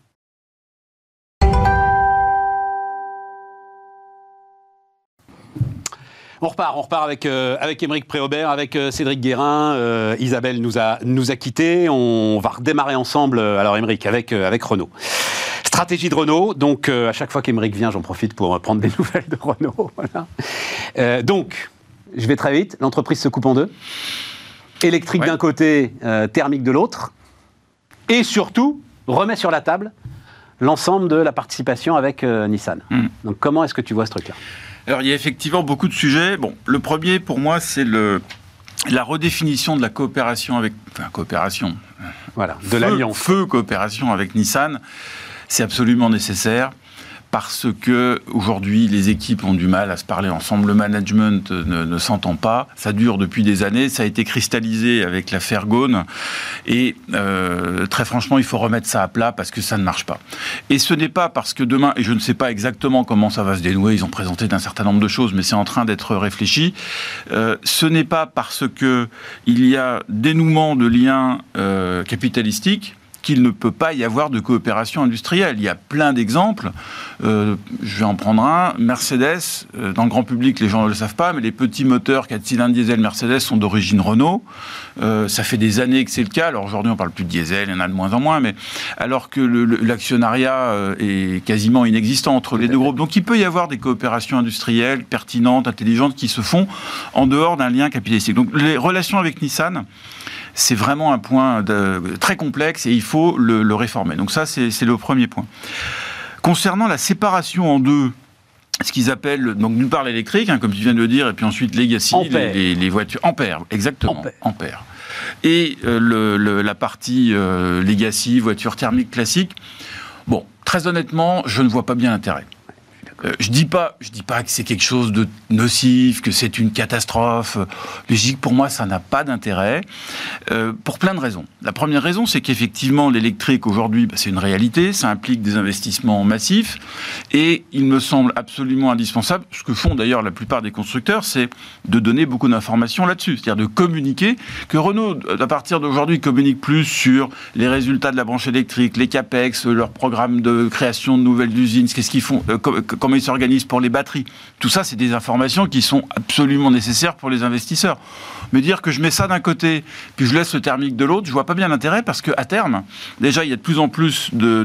On repart avec Aymeric Préaubert, avec Cédric Guérin. Isabelle nous a quittés. On va redémarrer ensemble, alors Aymeric, avec Renault. Stratégie de Renault. Donc, à chaque fois qu'Aymeric vient, j'en profite pour prendre des nouvelles de Renault. Voilà. Donc, je vais très vite. L'entreprise se coupe en deux. Électrique d'un côté, thermique de l'autre. Et surtout, remet sur la table l'ensemble de la participation avec Nissan. Donc, comment est-ce que tu vois ce truc-là ? Alors, il y a effectivement beaucoup de sujets. Bon, le premier, pour moi, c'est la redéfinition de la coopération avec... Enfin, coopération. Voilà, de l'alliance. Coopération avec Nissan. C'est absolument nécessaire parce que aujourd'hui les équipes ont du mal à se parler ensemble, le management ne s'entend pas, ça dure depuis des années, ça a été cristallisé avec l'affaire Ghosn et très franchement il faut remettre ça à plat parce que ça ne marche pas. Et ce n'est pas parce que demain, et je ne sais pas exactement comment ça va se dénouer, ils ont présenté un certain nombre de choses mais c'est en train d'être réfléchi, ce n'est pas parce que il y a dénouement de liens capitalistiques qu'il ne peut pas y avoir de coopération industrielle. Il y a plein d'exemples. Je vais en prendre un. Mercedes, dans le grand public, les gens ne le savent pas, mais les petits moteurs 4 cylindres diesel Mercedes sont d'origine Renault. Ça fait des années que c'est le cas. Alors aujourd'hui, on ne parle plus de diesel, il y en a de moins en moins, mais alors que l'actionnariat est quasiment inexistant entre les deux groupes. Donc il peut y avoir des coopérations industrielles pertinentes, intelligentes, qui se font en dehors d'un lien capitalistique. Donc les relations avec Nissan, c'est vraiment un point très complexe et il faut le réformer. Donc ça, c'est le premier point. Concernant la séparation en deux, ce qu'ils appellent, donc d'une part l'électrique, comme tu viens de le dire, et puis ensuite Legacy, les voitures... Ampère, exactement, Ampère. Et la partie Legacy, voiture thermique classique, bon, très honnêtement, je ne vois pas bien l'intérêt. Je dis pas que c'est quelque chose de nocif, que c'est une catastrophe, mais je dis que pour moi ça n'a pas d'intérêt, pour plein de raisons. La première raison, c'est qu'effectivement l'électrique aujourd'hui, c'est une réalité, ça implique des investissements massifs, et il me semble absolument indispensable, ce que font d'ailleurs la plupart des constructeurs, c'est de donner beaucoup d'informations là-dessus, c'est-à-dire de communiquer, que Renault, à partir d'aujourd'hui, communique plus sur les résultats de la branche électrique, les capex, leur programme de création de nouvelles usines, qu'est-ce qu'ils font, comment ils s'organisent pour les batteries. Tout ça, c'est des informations qui sont absolument nécessaires pour les investisseurs. Me dire que je mets ça d'un côté, puis je laisse le thermique de l'autre, je vois pas bien l'intérêt, parce qu'à terme, déjà, il y a de plus en plus de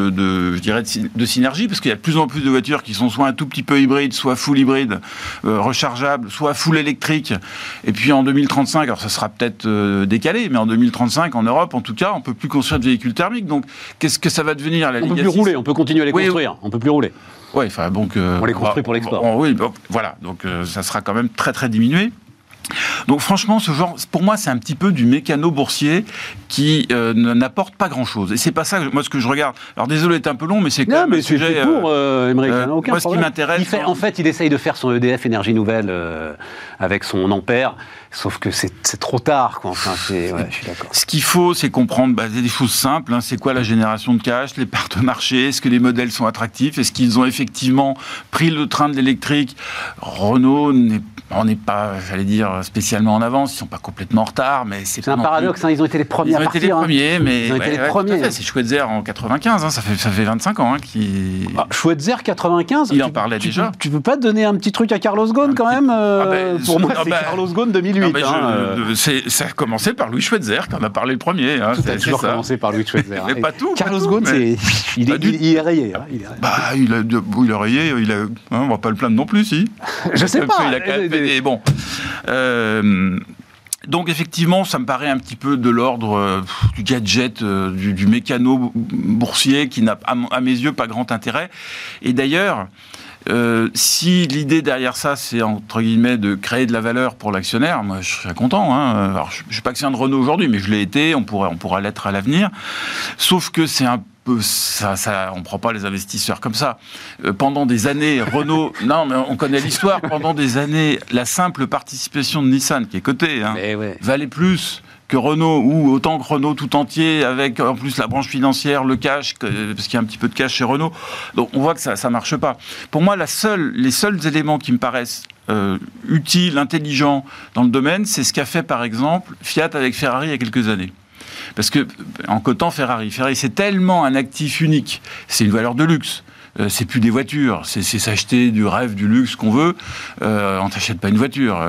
synergie, parce qu'il y a de plus en plus de voitures qui sont soit un tout petit peu hybrides, soit full hybrides, rechargeables, soit full électriques. Et puis en 2035, alors ça sera peut-être décalé, mais en 2035, en Europe, en tout cas, on peut plus construire de véhicules thermiques. Donc, qu'est-ce que ça va devenir la Legacy ? On peut plus rouler, on peut continuer à les construire, on peut plus rouler. Ouais, enfin, donc, on les construit pour l'export. Oui, voilà. Donc, ça sera quand même très, très diminué. Donc franchement, ce genre, pour moi, c'est un petit peu du mécano boursier qui n'apporte pas grand-chose. Et c'est pas ça, moi, ce que je regarde. Alors désolé d'être un peu long, mais c'est quand même un sujet... c'est pour Aymeric, aucun moi, problème. Ce qui m'intéresse... En fait, il essaye de faire son EDF Énergie Nouvelle avec son Ampère, sauf que c'est trop tard, quoi. Enfin, je suis d'accord. Ce qu'il faut, c'est comprendre des choses simples. C'est quoi la génération de cash, les parts de marché, est-ce que les modèles sont attractifs, est-ce qu'ils ont effectivement pris le train de l'électrique. Renault on n'est pas, j'allais dire, spécialement en avance, ils ne sont pas complètement en retard, mais c'est un paradoxe, ils ont été les premiers à partir. Ils ont été les premiers, mais... Ils ont été les premiers. C'est Schweitzer en 95, ça fait 25 ans qui... Schweitzer 95 il en parlait déjà. Tu peux pas donner un petit truc à Carlos Ghosn quand même pour moi, c'est Carlos Ghosn 2008. Ça a commencé par Louis Schweitzer, qui en a parlé le premier. Ça a toujours commencé par Louis Schweitzer. Mais pas tout. Carlos Ghosn, il est rayé. Il est rayé, on va pas le plaindre non plus, si. Je sais pas. Et bon. Donc effectivement, ça me paraît un petit peu de l'ordre du gadget, du mécano boursier qui n'a, à mes yeux, pas grand intérêt. Et d'ailleurs, si l'idée derrière ça, c'est entre guillemets de créer de la valeur pour l'actionnaire, moi je serais content. Alors, je ne suis pas actionnaire de Renault aujourd'hui, mais je l'ai été, on pourra l'être à l'avenir. Sauf que c'est un on ne prend pas les investisseurs comme ça. Pendant des années, Renault... Non, mais on connaît l'histoire. Pendant des années, la simple participation de Nissan, qui est cotée, valait plus que Renault, ou autant que Renault tout entier, avec en plus la branche financière, le cash, parce qu'il y a un petit peu de cash chez Renault. Donc on voit que ça ne marche pas. Pour moi, les seuls éléments qui me paraissent utiles, intelligents dans le domaine, c'est ce qu'a fait par exemple Fiat avec Ferrari il y a quelques années. Parce que en cotant Ferrari, c'est tellement un actif unique, c'est une valeur de luxe. C'est plus des voitures, c'est s'acheter du rêve, du luxe qu'on veut. On t'achète pas une voiture.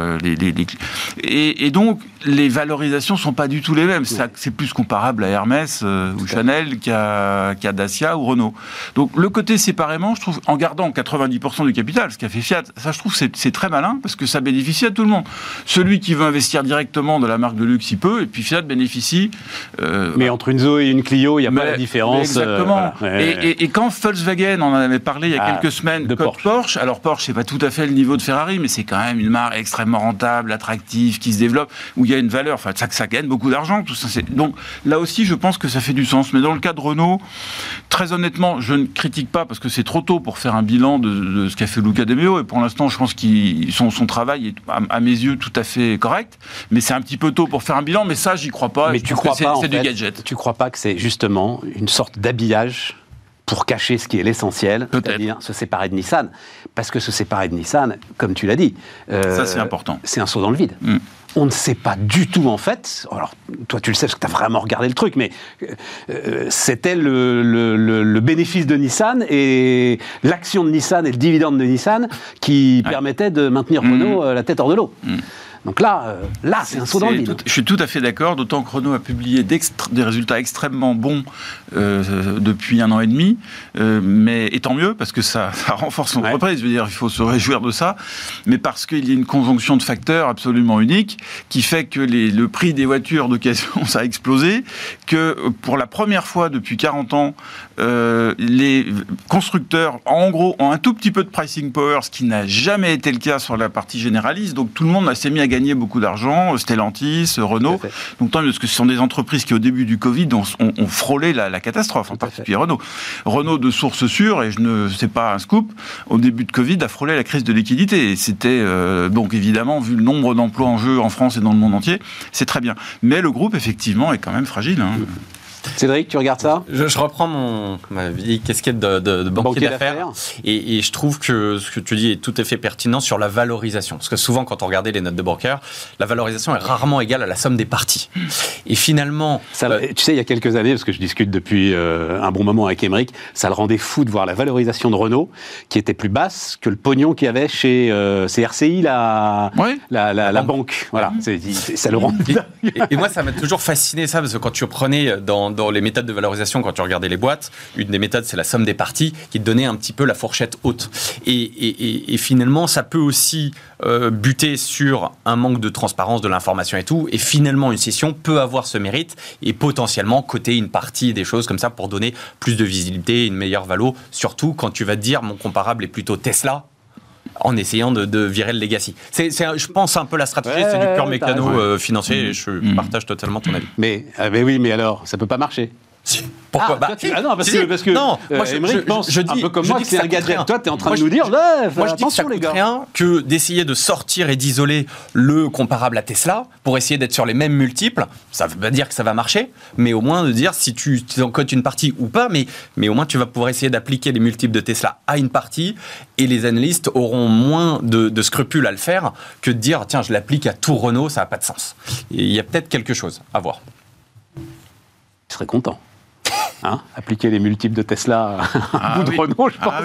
Et donc, les valorisations sont pas du tout les mêmes. C'est plus comparable à Hermès ou Chanel qu'à Dacia ou Renault. Donc, le côté séparément, je trouve, en gardant 90% du capital, ce qu'a fait Fiat, ça, je trouve, c'est très malin parce que ça bénéficie à tout le monde. Celui qui veut investir directement dans la marque de luxe, il peut, et puis Fiat bénéficie. Mais entre une Zoé et une Clio, il n'y a pas la différence. Exactement. Et quand Volkswagen, on en avait parlé il y a quelques semaines, de Porsche. Alors Porsche, c'est pas tout à fait le niveau de Ferrari, mais c'est quand même une marque extrêmement rentable, attractive, qui se développe, où il y a une valeur, enfin ça gagne beaucoup d'argent, tout ça. Donc là aussi, je pense que ça fait du sens. Mais dans le cas de Renault, très honnêtement, je ne critique pas parce que c'est trop tôt pour faire un bilan de ce qu'a fait Luca De Meo. Et pour l'instant, je pense que son travail est, à mes yeux, tout à fait correct. Mais c'est un petit peu tôt pour faire un bilan. Mais ça, j'y crois pas. Mais tu crois pas, c'est du gadget. Tu crois pas que c'est justement une sorte d'habillage pour cacher ce qui est l'essentiel, c'est-à-dire se séparer de Nissan. Parce que se séparer de Nissan, comme tu l'as dit, ça c'est important. C'est un saut dans le vide. On ne sait pas du tout, en fait, alors toi tu le sais parce que tu as vraiment regardé le truc, mais c'était le bénéfice de Nissan et l'action de Nissan et le dividende de Nissan qui permettaient de maintenir Renault la tête hors de l'eau. Donc là c'est un saut dans le vide. Je suis tout à fait d'accord, d'autant que Renault a publié des résultats extrêmement bons depuis 1 an et demi, mais et tant mieux, parce que ça renforce l'entreprise, je veux dire, il faut se réjouir de ça, mais parce qu'il y a une conjonction de facteurs absolument unique qui fait que le prix des voitures d'occasion, ça a explosé, que pour la première fois depuis 40 ans, les constructeurs, en gros, ont un tout petit peu de pricing power, ce qui n'a jamais été le cas sur la partie généraliste, donc tout le monde s'est mis à gagner beaucoup d'argent, Stellantis, Renault. Donc tant mieux, parce que ce sont des entreprises qui, au début du Covid, ont frôlé la catastrophe, en particulier Renault. Renault, de source sûre, et je ne sais pas un scoop, au début de Covid, a frôlé la crise de liquidité. Et c'était, donc évidemment, vu le nombre d'emplois en jeu en France et dans le monde entier, c'est très bien. Mais le groupe, effectivement, est quand même fragile. Cédric, tu regardes ça ? Je reprends ma vieille casquette de banquier d'affaires et je trouve que ce que tu dis est tout à fait pertinent sur la valorisation. Parce que souvent, quand on regardait les notes de broker, la valorisation est rarement égale à la somme des parties. Et finalement... tu sais, il y a quelques années, parce que je discute depuis un bon moment avec Émeric, ça le rendait fou de voir la valorisation de Renault qui était plus basse que le pognon qu'il y avait chez RCI, la banque. Voilà, ça le rend... Et moi, ça m'a toujours fasciné, ça, parce que quand tu prenais dans les méthodes de valorisation, quand tu regardais les boîtes, une des méthodes, c'est la somme des parties, qui te donnait un petit peu la fourchette haute. Et finalement, ça peut aussi buter sur un manque de transparence de l'information et tout. Et finalement, une session peut avoir ce mérite et potentiellement coter une partie des choses comme ça pour donner plus de visibilité, une meilleure valo. Surtout quand tu vas te dire, mon comparable est plutôt Tesla, en essayant de virer le legacy. Je pense un peu la stratégie, c'est du pur mécano financier, et je partage totalement ton avis. Mais oui, mais alors, ça peut pas marcher. Si. Pourquoi non, parce que non, moi, Émeric pense je dis, un peu comme moi que c'est un gadget. Toi, tu es en train de nous dire, moi, je dis que ça coûte rien que d'essayer de sortir et d'isoler le comparable à Tesla pour essayer d'être sur les mêmes multiples. Ça veut pas dire que ça va marcher, mais au moins de dire si tu en cotes une partie ou pas, mais au moins tu vas pouvoir essayer d'appliquer les multiples de Tesla à une partie et les analystes auront moins de scrupules à le faire que de dire tiens, je l'applique à tout Renault, ça n'a pas de sens. Et il y a peut-être quelque chose à voir. Je serais content. Appliquer les multiples de Tesla à bout de Renault, je pense.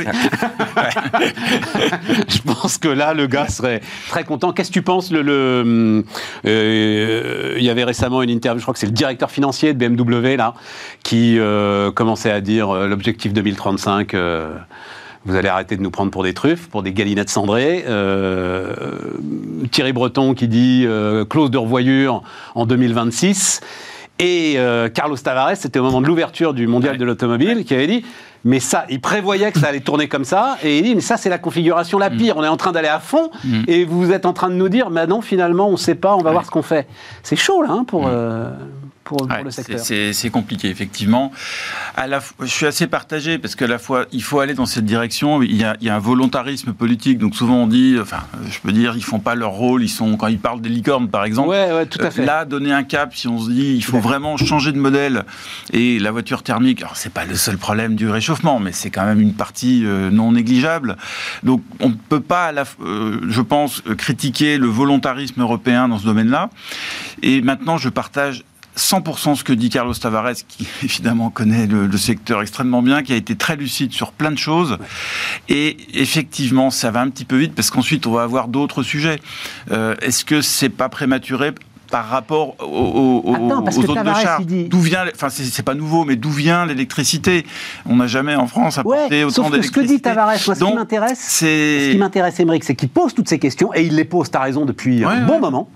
Je pense que là, le gars serait très content. Qu'est-ce que tu penses il y avait récemment une interview, je crois que c'est le directeur financier de BMW, là, qui commençait à dire l'objectif 2035... vous allez arrêter de nous prendre pour des truffes, pour des galinettes cendrées. Thierry Breton qui dit clause de revoyure en 2026. Et Carlos Tavares, c'était au moment de l'ouverture du mondial de l'automobile, qui avait dit, mais ça, il prévoyait que ça allait tourner comme ça, et il dit, mais ça c'est la configuration la pire, on est en train d'aller à fond, et vous êtes en train de nous dire, bah non, finalement, on ne sait pas, on va voir ce qu'on fait. C'est chaud là, pour le secteur. C'est compliqué, effectivement. Je suis assez partagé, parce qu'à la fois, il faut aller dans cette direction, il y a un volontarisme politique, donc souvent on dit, je peux dire, ils ne font pas leur rôle, quand ils parlent des licornes, par exemple, tout à fait. Là, donner un cap, si on se dit, il faut vraiment changer de modèle, et la voiture thermique, alors c'est pas le seul problème du réchauffement, mais c'est quand même une partie non négligeable, donc on ne peut pas, je pense, critiquer le volontarisme européen dans ce domaine-là, et maintenant, je partage 100% ce que dit Carlos Tavares, qui évidemment connaît le secteur extrêmement bien, qui a été très lucide sur plein de choses. Et effectivement, ça va un petit peu vite parce qu'ensuite, on va avoir d'autres sujets. Est-ce que c'est pas prématuré par rapport aux zones de charge? D'où vient, enfin, c'est pas nouveau, mais d'où vient l'électricité? On n'a jamais en France apporté autant d'électricité. Sauf que ce que dit Tavares, moi, ce qui m'intéresse, Aymeric, c'est qu'il pose toutes ces questions, et il les pose, t'as raison, depuis un bon moment.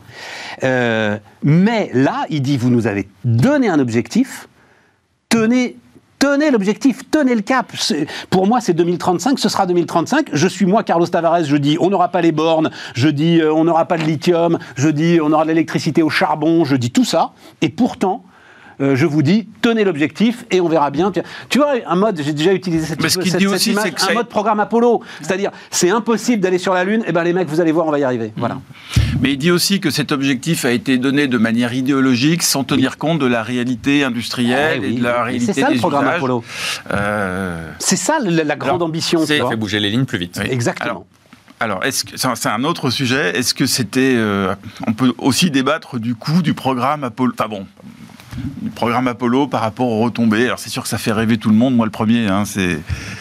Mais là, il dit, vous nous avez donné un objectif, tenez l'objectif, tenez le cap. Pour moi, c'est 2035, ce sera 2035. Je suis, moi, Carlos Tavares, je dis, on n'aura pas les bornes, je dis, on n'aura pas de lithium, je dis, on aura de l'électricité au charbon, je dis tout ça. Et pourtant, je vous dis, tenez l'objectif et on verra bien. Tu vois, un mode, j'ai déjà utilisé cette image, un mode programme Apollo. C'est-à-dire, c'est impossible d'aller sur la Lune, et ben les mecs, vous allez voir, on va y arriver. Voilà. Mais il dit aussi que cet objectif a été donné de manière idéologique, sans tenir compte de la réalité industrielle et de la réalité des usages. C'est ça le programme Apollo. C'est ça la grande ambition. Ça fait bouger les lignes plus vite. Oui. Exactement. Alors, est-ce que c'est un autre sujet? Est-ce que c'était on peut aussi débattre du coût du programme Apollo. Enfin bon, du programme Apollo par rapport aux retombées. Alors c'est sûr que ça fait rêver tout le monde, moi le premier. C'est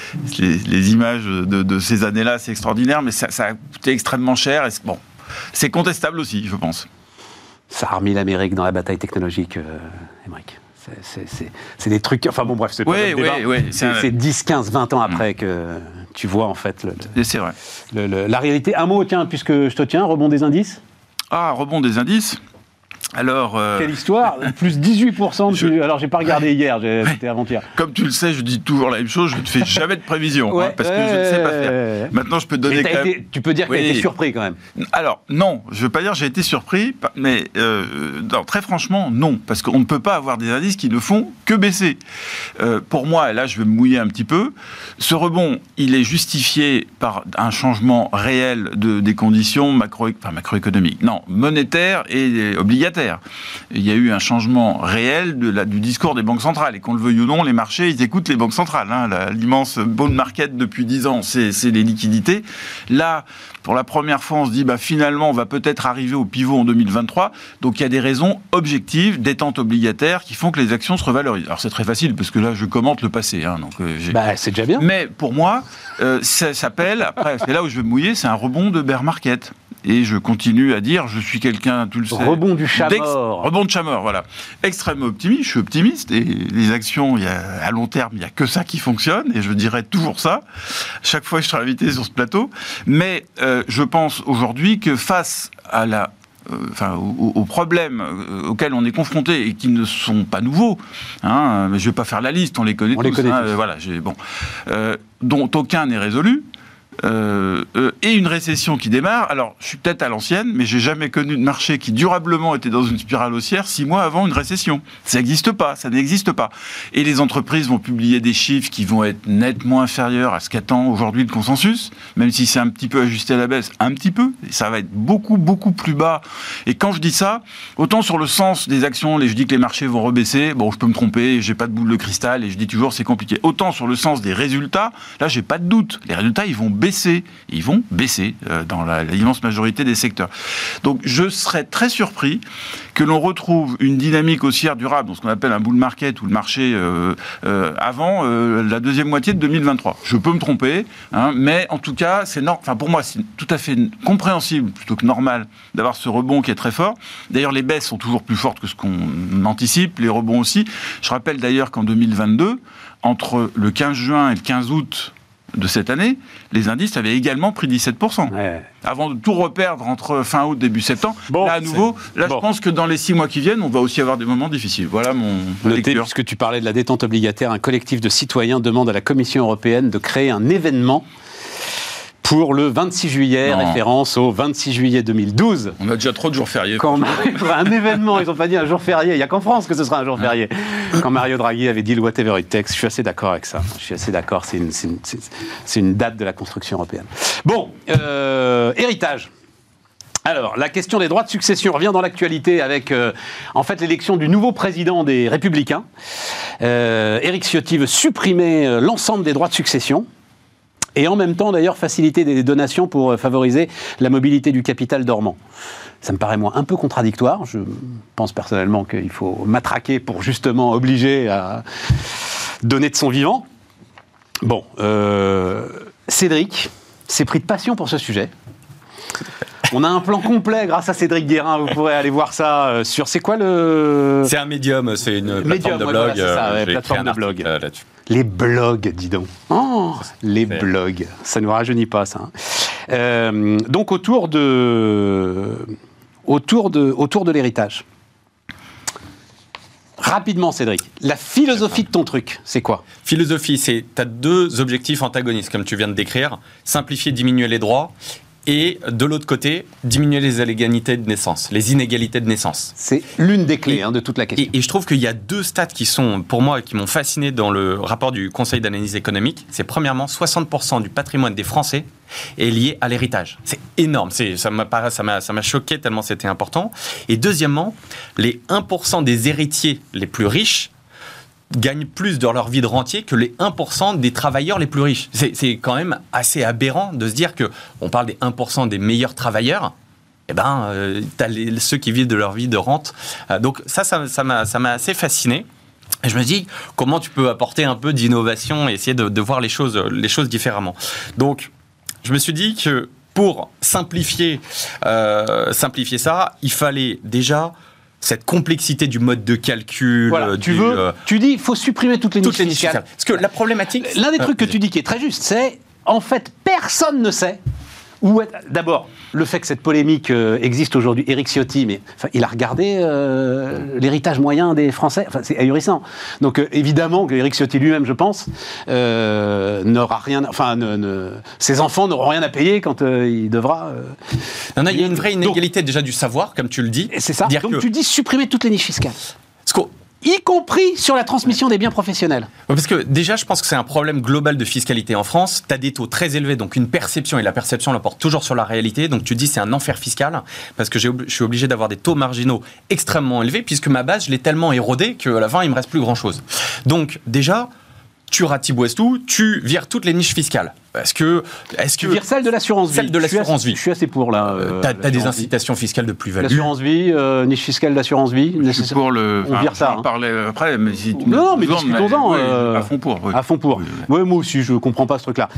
les images de ces années-là, c'est extraordinaire, mais ça a coûté extrêmement cher. Et bon, c'est contestable aussi, je pense. Ça a remis l'Amérique dans la bataille technologique, Aymeric. C'est des trucs... Enfin bon, bref, c'est pas le débat. C'est 10, 15, 20 ans après que tu vois, en fait... c'est vrai. La réalité. Un mot, tiens, puisque je te tiens, rebond des indices. Ah, rebond des indices. Alors, quelle histoire, plus 18%. Alors, j'ai pas regardé hier, c'était avant-hier. Comme tu le sais, je dis toujours la même chose, je ne fais jamais de prévision, parce que je ne sais pas faire. Maintenant, je peux te donner tu peux dire que tu as été surpris quand même. Alors, non, je ne veux pas dire que j'ai été surpris, mais non, très franchement, non, parce qu'on ne peut pas avoir des indices qui ne font que baisser. Pour moi, et là, je vais me mouiller un petit peu, ce rebond, il est justifié par un changement réel des conditions macroéconomiques, non, monétaires et obligataires. Il y a eu un changement réel du discours des banques centrales. Et qu'on le veuille ou non, les marchés, ils écoutent les banques centrales. L'immense bond market depuis 10 ans, c'est les liquidités. Là, pour la première fois, on se dit, finalement, on va peut-être arriver au pivot en 2023. Donc, il y a des raisons objectives, détente obligataire, qui font que les actions se revalorisent. Alors, c'est très facile, parce que là, je commente le passé. C'est déjà bien. Mais pour moi, ça s'appelle, après, c'est là où je vais me mouiller, c'est un rebond de bear market. Et je continue à dire, je suis quelqu'un, tu le sais... Rebond du chat mort. Rebond de chat mort, voilà. Extrêmement optimiste, je suis optimiste, et les actions, à long terme, il n'y a que ça qui fonctionne, et je dirais toujours ça, chaque fois que je serai invité sur ce plateau. Mais je pense aujourd'hui que face à aux problèmes auxquels on est confronté et qui ne sont pas nouveaux, mais je ne vais pas faire la liste, on les connaît tous. Dont aucun n'est résolu. Et une récession qui démarre. Alors, je suis peut-être à l'ancienne, mais j'ai jamais connu de marché qui durablement était dans une spirale haussière 6 mois avant une récession. Ça n'existe pas, ça n'existe pas. Et les entreprises vont publier des chiffres qui vont être nettement inférieurs à ce qu'attend aujourd'hui le consensus, même si c'est un petit peu ajusté à la baisse, un petit peu. Et ça va être beaucoup, beaucoup plus bas. Et quand je dis ça, autant sur le sens des actions, je dis que les marchés vont rebaisser, bon, je peux me tromper, j'ai pas de boule de cristal, et je dis toujours c'est compliqué. Autant sur le sens des résultats, là, j'ai pas de doute. Les résultats, ils vont baisser. Ils vont baisser dans l'immense majorité des secteurs. Donc je serais très surpris que l'on retrouve une dynamique haussière durable, dans ce qu'on appelle un bull market ou le marché avant la deuxième moitié de 2023. Je peux me tromper, mais en tout cas, pour moi, c'est tout à fait compréhensible plutôt que normal d'avoir ce rebond qui est très fort. D'ailleurs, les baisses sont toujours plus fortes que ce qu'on anticipe, les rebonds aussi. Je rappelle d'ailleurs qu'en 2022, entre le 15 juin et le 15 août de cette année, les indices avaient également pris 17%. Ouais. Avant de tout reperdre entre fin août et début septembre. Je pense que dans les 6 mois qui viennent, on va aussi avoir des moments difficiles. Voilà mon lecture. Puisque tu parlais de la détente obligataire, un collectif de citoyens demande à la Commission européenne de créer un événement pour le 26 juillet, référence au 26 juillet 2012. On a déjà trop de jours fériés. Un événement, ils n'ont pas dit un jour férié. Il n'y a qu'en France que ce sera un jour férié. Quand Mario Draghi avait dit le whatever it takes, je suis assez d'accord avec ça. Je suis assez d'accord, c'est une date de la construction européenne. Bon, héritage. Alors, la question des droits de succession revient dans l'actualité avec, l'élection du nouveau président des Républicains. Éric Ciotti veut supprimer l'ensemble des droits de succession. Et en même temps, d'ailleurs, faciliter des donations pour favoriser la mobilité du capital dormant. Ça me paraît, moi, un peu contradictoire. Je pense personnellement qu'il faut matraquer pour justement obliger à donner de son vivant. Bon, Cédric s'est pris de passion pour ce sujet. On a un plan complet grâce à Cédric Guérin. Vous pourrez aller voir ça sur... C'est quoi le... C'est un médium, c'est une plateforme de blog. Voilà, c'est ça, ouais, plateforme de blog. Là-dessus. Les blogs, dis donc. Oh, les blogs. Ça ne nous rajeunit pas, ça. Donc, autour de l'héritage. Rapidement, Cédric, la philosophie de ton truc, c'est quoi ? Philosophie, tu as deux objectifs antagonistes, comme tu viens de décrire. Simplifier, diminuer les droits. Et de l'autre côté, diminuer les inégalités de naissance, les inégalités de naissance. C'est l'une des clés de toute la question. Et je trouve qu'il y a deux stats qui sont, pour moi, qui m'ont fasciné dans le rapport du Conseil d'analyse économique. C'est premièrement, 60% du patrimoine des Français est lié à l'héritage. C'est énorme. Ça m'a choqué tellement c'était important. Et deuxièmement, les 1% des héritiers les plus riches gagnent plus dans leur vie de rentier que les 1% des travailleurs les plus riches. C'est quand même assez aberrant de se dire qu'on parle des 1% des meilleurs travailleurs, t'as ceux qui vivent de leur vie de rente. Donc ça m'a assez fasciné. Et je me dis, comment tu peux apporter un peu d'innovation et essayer de voir les choses différemment. Donc, je me suis dit que pour simplifier ça, il fallait déjà... cette complexité du mode de calcul. Voilà, tu dis, il faut supprimer toutes les niches fiscales. Parce que la problématique... L'un des trucs que tu dis qui est très juste, c'est, en fait, personne ne sait où est... D'abord, le fait que cette polémique existe aujourd'hui, Éric Ciotti, mais il a regardé l'héritage moyen des Français, c'est ahurissant. Donc évidemment que Éric Ciotti lui-même, je pense, n'aura rien, ses enfants n'auront rien à payer quand il devra... Non, il y a une vraie inégalité déjà du savoir, comme tu le dis. C'est ça, donc tu dis supprimer toutes les niches fiscales. Y compris sur la transmission des biens professionnels. Parce que déjà, je pense que c'est un problème global de fiscalité en France. Tu as des taux très élevés, donc une perception, et la perception l'emporte toujours sur la réalité. Donc tu dis c'est un enfer fiscal, parce que je suis obligé d'avoir des taux marginaux extrêmement élevés, puisque ma base, je l'ai tellement érodée qu'à la fin, il me reste plus grand-chose. Donc déjà, tu ratiboues tout, tu vires toutes les niches fiscales. Tu vires celle de l'assurance vie. Celle de l'assurance vie. Je suis assez pour là. T'as des incitations fiscales de plus-value. L'assurance vie, niche fiscale d'assurance vie. Je suis pour le. On vire ça. On parlait après, mais si tu mais discutons-en. À fond pour. À fond pour. Oui, moi aussi, je comprends pas ce truc-là.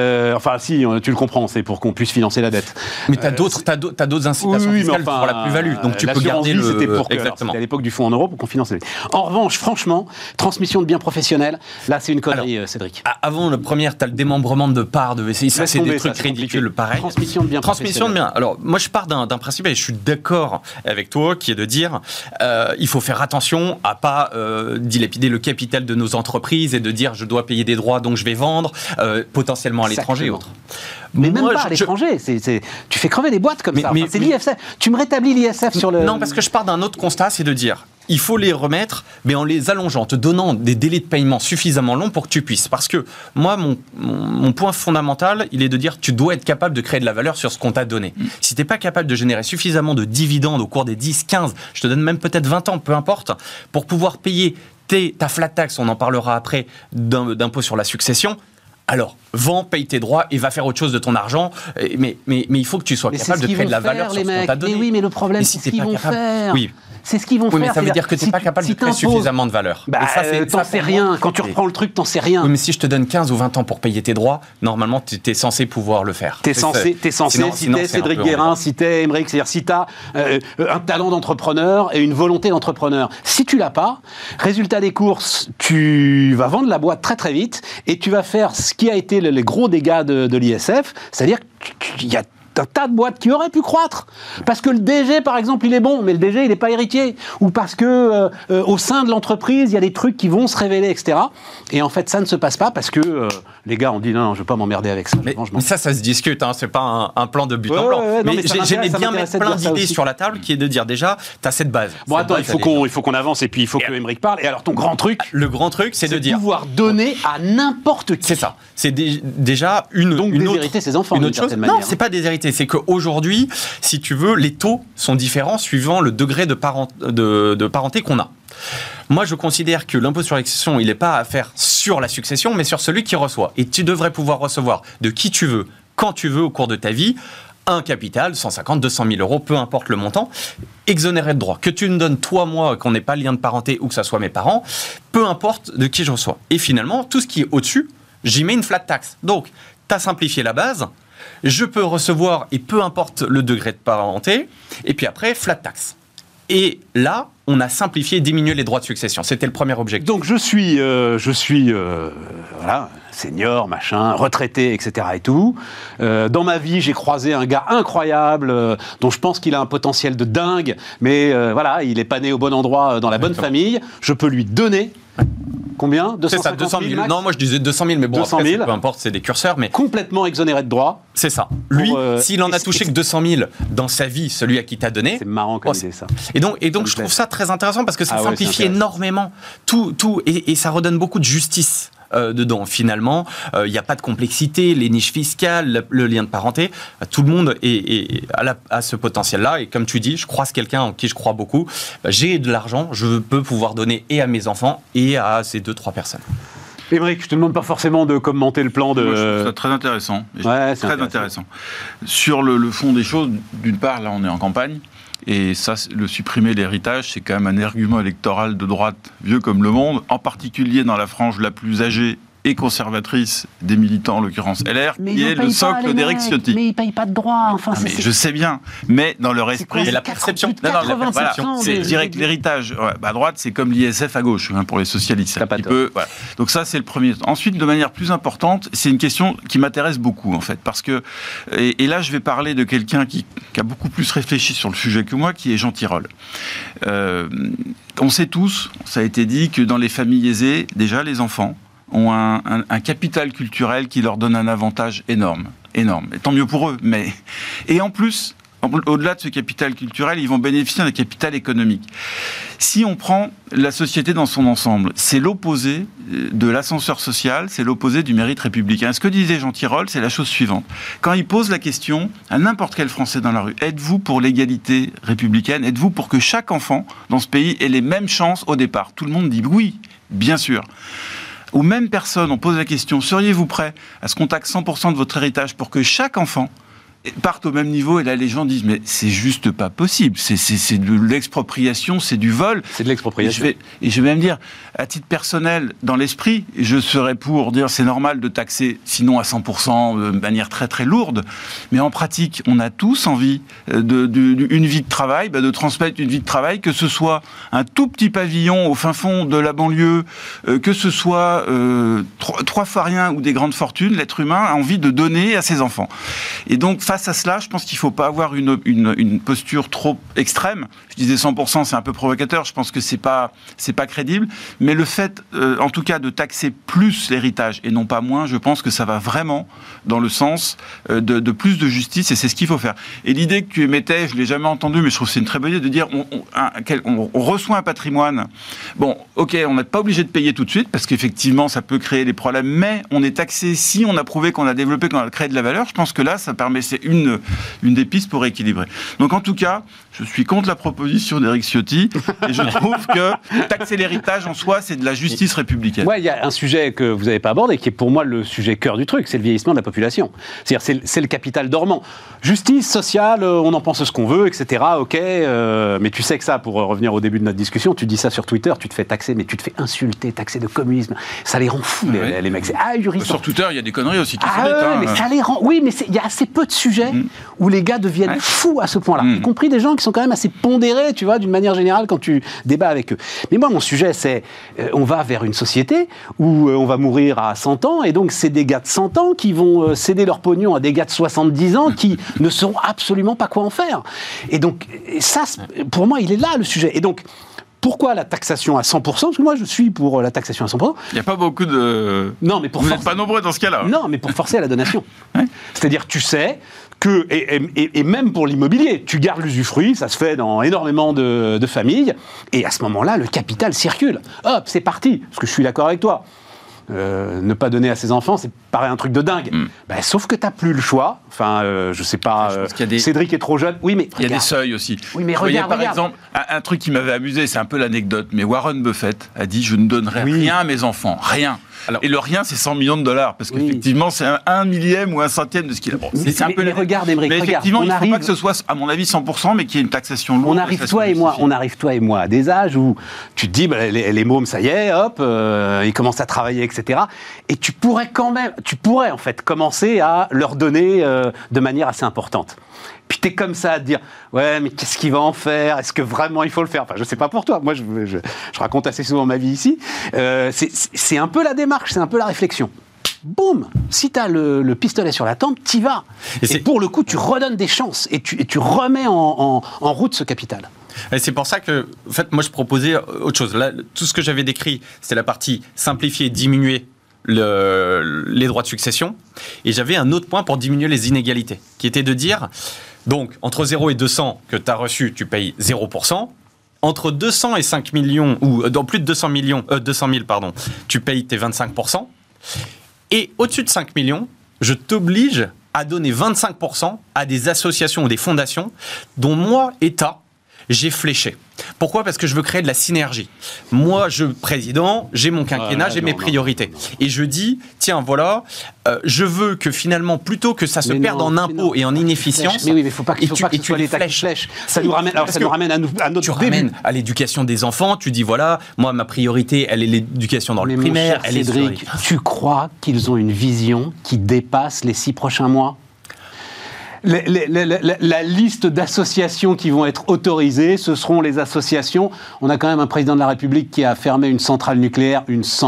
Si, tu le comprends, c'est pour qu'on puisse financer la dette. Mais t'as d'autres incitations fiscales pour la plus-value. Donc tu peux garder le. C'était pour exactement. C'était à l'époque du fonds en euros pour qu'on finance les. En revanche, franchement, transmission de biens professionnels, là, c'est une connerie, Cédric. Avant le premier, t'as le démembrement de parts de VCI. Ça, c'est des trucs ridicules, pareil. Transmission de biens Transmission de biens. Alors, moi, je pars d'un principe, et je suis d'accord avec toi, qui est de dire il faut faire attention à pas dilapider le capital de nos entreprises et de dire je dois payer des droits, donc je vais vendre, potentiellement à l'étranger et autres. Mais même pas à l'étranger. Tu fais crever des boîtes comme ça. C'est l'ISF. Tu me rétablis l'ISF sur le... Non, parce que je pars d'un autre constat, c'est de dire il faut les remettre, mais en les allongeant, te donnant des délais de paiement suffisamment longs pour que tu puisses. Parce que moi, mon point fondamental, il est de dire tu dois être capable de créer de la valeur sur ce qu'on t'a donné. Si tu n'es pas capable de générer suffisamment de dividendes au cours des 10, 15, je te donne même peut-être 20 ans, peu importe, pour pouvoir payer ta flat tax, on en parlera après, d'impôt sur la succession, alors, vends, paye tes droits et va faire autre chose de ton argent. Mais il faut que tu sois capable de créer de la valeur sur ce qu'on t'a donné. Mais oui, mais le problème, c'est ce qu'ils vont faire. Oui. C'est ce qu'ils vont faire. Mais ça veut dire que tu n'es pas capable de créer suffisamment de valeur. T'en sais rien. Quand tu reprends le truc, t'en sais rien. Oui, mais si je te donne 15 ou 20 ans pour payer tes droits, normalement, tu es censé pouvoir le faire. T'es censé, si t'es Cédric Guérin, si t'es Émeric, c'est-à-dire si t'as un talent d'entrepreneur et une volonté d'entrepreneur. Si tu l'as pas, résultat des courses, tu vas vendre la boîte très très vite et tu vas faire ce qui a été les gros dégâts de l'ISF, c'est-à-dire qu'il y a un tas de boîtes qui auraient pu croître. Parce que le DG, par exemple, il est bon, mais le DG, il n'est pas héritier. Ou parce que au sein de l'entreprise, il y a des trucs qui vont se révéler, etc. Et en fait, ça ne se passe pas parce que les gars ont dit non, je ne veux pas m'emmerder avec ça. Mais ça se discute, hein, c'est pas un plan de but en blanc. Mais j'aimais bien mettre plein d'idées sur la table, qui est de dire déjà, tu as cette base. Bon, attends, il faut qu'on avance et puis il faut que Émeric parle. Et alors, ton grand truc... Le grand truc, c'est de dire... pouvoir donner à n'importe qui. C'est ça. C'est déjà une déshériter ses enfants, d'une certaine manière. Non, c'est pas déshériter. C'est qu'aujourd'hui, si tu veux, les taux sont différents suivant le degré de parenté qu'on a. Moi, je considère que l'impôt sur l'accession, il n'est pas à faire sur la succession, mais sur celui qui reçoit. Et tu devrais pouvoir recevoir de qui tu veux, quand tu veux, au cours de ta vie, un capital, 150, 200 000 euros, peu importe le montant, exonéré de droits. Que tu me donnes, toi, moi, qu'on n'ait pas le lien de parenté ou que ça soit mes parents, peu importe de qui je reçois. Et finalement, tout ce qui est au-dessus, j'y mets une flat tax. Donc, tu as simplifié la base, je peux recevoir, et peu importe le degré de parenté, et puis après, flat tax. Et là, on a simplifié et diminué les droits de succession. C'était le premier objectif. Donc je suis voilà, senior, machin, retraité, etc. et tout. Dans ma vie, j'ai croisé un gars incroyable dont je pense qu'il a un potentiel de dingue, mais voilà, il est pas né au bon endroit, dans la bonne famille. Je peux lui donner combien ? 200 000 max ? Non, moi je disais 200 000, mais bon, 200 après, 000. peu importe, c'est des curseurs. Mais Complètement exonéré de droits. c'est ça. Lui, s'il en a touché que 200 000 dans sa vie, celui à qui t'as donné... C'est marrant comme idée, ça. Et donc je trouve ça très intéressant parce que ça simplifie c'est énormément tout et ça redonne beaucoup de justice dedans. Finalement, il n'y a pas de complexité, les niches fiscales, le lien de parenté, tout le monde a ce potentiel-là. Et comme tu dis, je croise quelqu'un en qui je crois beaucoup. J'ai de l'argent, je peux pouvoir donner et à mes enfants et à ces 2-3 personnes. Émeric, je te demande pas forcément de commenter le plan de... Moi, je trouve ça très intéressant. Ouais, c'est très intéressant. Sur le fond des choses, d'une part, là, on est en campagne. Et ça, le supprimer l'héritage, c'est quand même un argument électoral de droite vieux comme le monde, en particulier dans la frange la plus âgée et conservatrice des militants, en l'occurrence LR, qui est le socle d'Éric Ciotti. Mais ils ne payent pas de droits. Enfin, mais je sais bien, mais dans leur esprit... C'est la perception. Je dirais que l'héritage, à droite, c'est comme l'ISF à gauche, pour les socialistes. Voilà. Donc ça, c'est le premier. Ensuite, de manière plus importante, c'est une question qui m'intéresse beaucoup, en fait, parce que... Et là, je vais parler de quelqu'un qui a beaucoup plus réfléchi sur le sujet que moi, qui est Jean Tirole. On sait tous, ça a été dit, que dans les familles aisées, déjà, les enfants ont un capital culturel qui leur donne un avantage énorme. Et tant mieux pour eux. Et en plus, au-delà de ce capital culturel, ils vont bénéficier d'un capital économique. Si on prend la société dans son ensemble, c'est l'opposé de l'ascenseur social, c'est l'opposé du mérite républicain. Ce que disait Jean Tirole, c'est la chose suivante. Quand il pose la question à n'importe quel Français dans la rue, êtes-vous pour l'égalité républicaine ? Êtes-vous pour que chaque enfant dans ce pays ait les mêmes chances au départ ? Tout le monde dit oui, bien sûr. Aux mêmes personnes, on pose la question, seriez-vous prêt à ce qu'on taxe 100% de votre héritage pour que chaque enfant partent au même niveau? Et là, les gens disent, mais c'est juste pas possible. C'est de l'expropriation, c'est du vol. C'est de l'expropriation. Et je vais même dire, à titre personnel, dans l'esprit, je serais pour dire, c'est normal de taxer, sinon à 100%, de manière très très lourde. Mais en pratique, on a tous envie d'une vie de travail, de transmettre une vie de travail, que ce soit un tout petit pavillon au fin fond de la banlieue, que ce soit 3 fois rien ou des grandes fortunes, l'être humain a envie de donner à ses enfants. Et donc, face à cela, je pense qu'il ne faut pas avoir une posture trop extrême. Je disais 100%, c'est un peu provocateur, je pense que c'est pas crédible, mais le fait, en tout cas, de taxer plus l'héritage et non pas moins, je pense que ça va vraiment dans le sens de plus de justice, et c'est ce qu'il faut faire. Et l'idée que tu émettais, je ne l'ai jamais entendue, mais je trouve que c'est une très bonne idée de dire on reçoit un patrimoine. Bon, ok, on n'est pas obligé de payer tout de suite, parce qu'effectivement, ça peut créer des problèmes, mais on est taxé si on a prouvé qu'on a développé, qu'on a créé de la valeur. Je pense que là, ça permet, c'est une des pistes pour équilibrer. Donc en tout cas, je suis contre la proposition d'Éric Ciotti, et je trouve que taxer l'héritage en soi, c'est de la justice républicaine. Ouais, il y a un sujet que vous n'avez pas abordé, qui est pour moi le sujet cœur du truc, c'est le vieillissement de la population. C'est-à-dire, c'est le capital dormant. Justice sociale, on en pense ce qu'on veut, etc. Ok, mais tu sais que ça, pour revenir au début de notre discussion, tu dis ça sur Twitter, tu te fais taxer, mais tu te fais insulter, taxer de communisme. Ça les rend fous, les mecs. C'est ahurissant. Sur Twitter, il y a des conneries aussi qui sont mais ça les rend... Oui, mais il y a assez peu de sujets où les gars deviennent fous à ce point-là, y compris des gens qui sont quand même assez pondérés, tu vois, d'une manière générale, quand tu débats avec eux. Mais moi, mon sujet, c'est on va vers une société où on va mourir à 100 ans, et donc c'est des gars de 100 ans qui vont céder leur pognon à des gars de 70 ans qui ne sauront absolument pas quoi en faire. Et donc, ça, pour moi, il est là, le sujet. Et donc, pourquoi la taxation à 100% ? Parce que moi, je suis pour la taxation à 100%. Il n'y a pas beaucoup de... Non, mais vous n'êtes pas nombreux dans ce cas-là. Non, mais pour forcer à la donation. C'est-à-dire, tu sais que, et même pour l'immobilier, tu gardes l'usufruit, ça se fait dans énormément de familles, et à ce moment-là, le capital circule. Hop, c'est parti, parce que je suis d'accord avec toi. ne pas donner à ses enfants, c'est paraît un truc de dingue. Sauf que tu n'as plus le choix. Enfin, je sais pas, Cédric est trop jeune. Oui, mais il y a des seuils aussi. Oui, mais regarde, par exemple, un truc qui m'avait amusé, c'est un peu l'anecdote, mais Warren Buffett a dit « Je ne donnerai rien à mes enfants, rien ». Et le rien, c'est $100 millions, parce qu'effectivement, c'est un millième ou un centième de ce qu'il a. Bon, c'est un peu regarde, Émeric, mais effectivement, il ne faut pas que ce soit, à mon avis, 100%, mais qu'il y ait une taxation lourde. On arrive, toi et moi, à des âges où tu te dis, les mômes, ça y est, hop, ils commencent à travailler, etc. Et tu pourrais en fait commencer à leur donner de manière assez importante. Puis t'es comme ça à te dire, ouais, mais qu'est-ce qu'il va en faire ? Est-ce que vraiment il faut le faire ? Enfin, je sais pas pour toi. Moi, je raconte assez souvent ma vie ici. C'est un peu la démarche, c'est un peu la réflexion. Boum ! Si t'as le pistolet sur la tempe, t'y vas. Et pour le coup, tu redonnes des chances et tu remets en route ce capital. Et c'est pour ça que, en fait, moi, je proposais autre chose. Là, tout ce que j'avais décrit, c'est la partie simplifier, diminuer les droits de succession. Et j'avais un autre point pour diminuer les inégalités, qui était de dire, donc, entre 0 et 200 que tu as reçu, tu payes 0%. Entre 200 et 5 millions, ou dans plus de 200 000, tu payes tes 25%. Et au-dessus de 5 millions, je t'oblige à donner 25% à des associations ou des fondations dont moi, État, j'ai fléché. Pourquoi ? Parce que je veux créer de la synergie. Moi, président, j'ai mon quinquennat, j'ai mes priorités. Et je dis, tiens, voilà, je veux que finalement, plutôt que ça se perde en impôts et en inefficience... Mais oui, mais il ne faut pas que ce soit l'État qui flèche. Ça nous ramène à notre tu ramènes à l'éducation des enfants, tu dis, voilà, moi, ma priorité, elle est l'éducation dans le primaire. Cédric, tu crois qu'ils ont une vision qui dépasse les 6 prochains mois ? La liste d'associations qui vont être autorisées, ce seront les associations. On a quand même un président de la République qui a fermé une centrale nucléaire,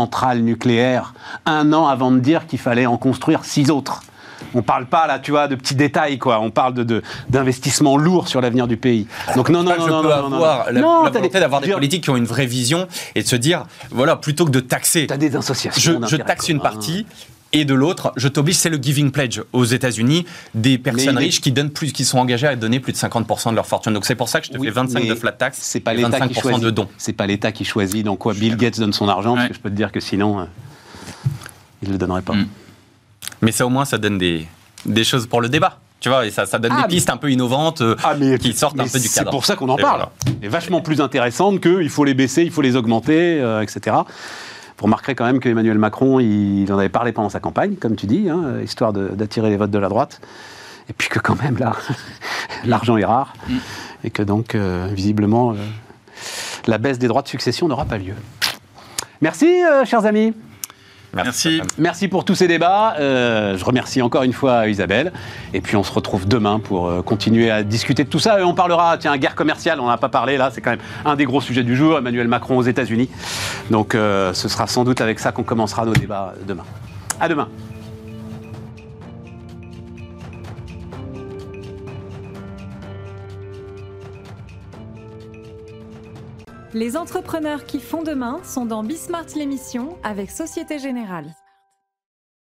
un an avant de dire qu'il fallait en construire 6 autres. On parle pas là, tu vois, de petits détails, quoi. On parle d'investissements lourds sur l'avenir du pays. Donc non. La volonté d'avoir des politiques qui ont une vraie vision et de se dire, voilà, plutôt que de taxer. T'as des associations. Je taxe une partie. Et de l'autre, je t'oblige, c'est le Giving Pledge aux États-Unis, des personnes riches qui sont engagées à donner plus de 50% de leur fortune. Donc c'est pour ça que je te fais 25 de flat tax, c'est pas et 25% de dons. C'est pas l'État qui choisit dans quoi Bill Gates donne son argent, parce que je peux te dire que sinon, il ne le donnerait pas. Mais ça, au moins, ça donne des choses pour le débat. Tu vois, et ça donne des pistes un peu innovantes qui sortent un peu du cadre. C'est pour ça qu'on en parle. Et vachement plus intéressantes qu'il faut les baisser, il faut les augmenter, etc. Vous remarquerez quand même qu'Emmanuel Macron, il en avait parlé pendant sa campagne, comme tu dis, histoire d'attirer les votes de la droite. Et puis que quand même, là, l'argent est rare. Et que donc, visiblement, la baisse des droits de succession n'aura pas lieu. Merci, chers amis. Merci pour tous ces débats. Je remercie encore une fois Isabelle. Et puis on se retrouve demain pour continuer à discuter de tout ça. Et on parlera, guerre commerciale, on n'en a pas parlé là, c'est quand même un des gros sujets du jour, Emmanuel Macron aux États-Unis. Donc ce sera sans doute avec ça qu'on commencera nos débats demain. À demain. Les entrepreneurs qui font demain sont dans Bismart l'émission avec Société Générale.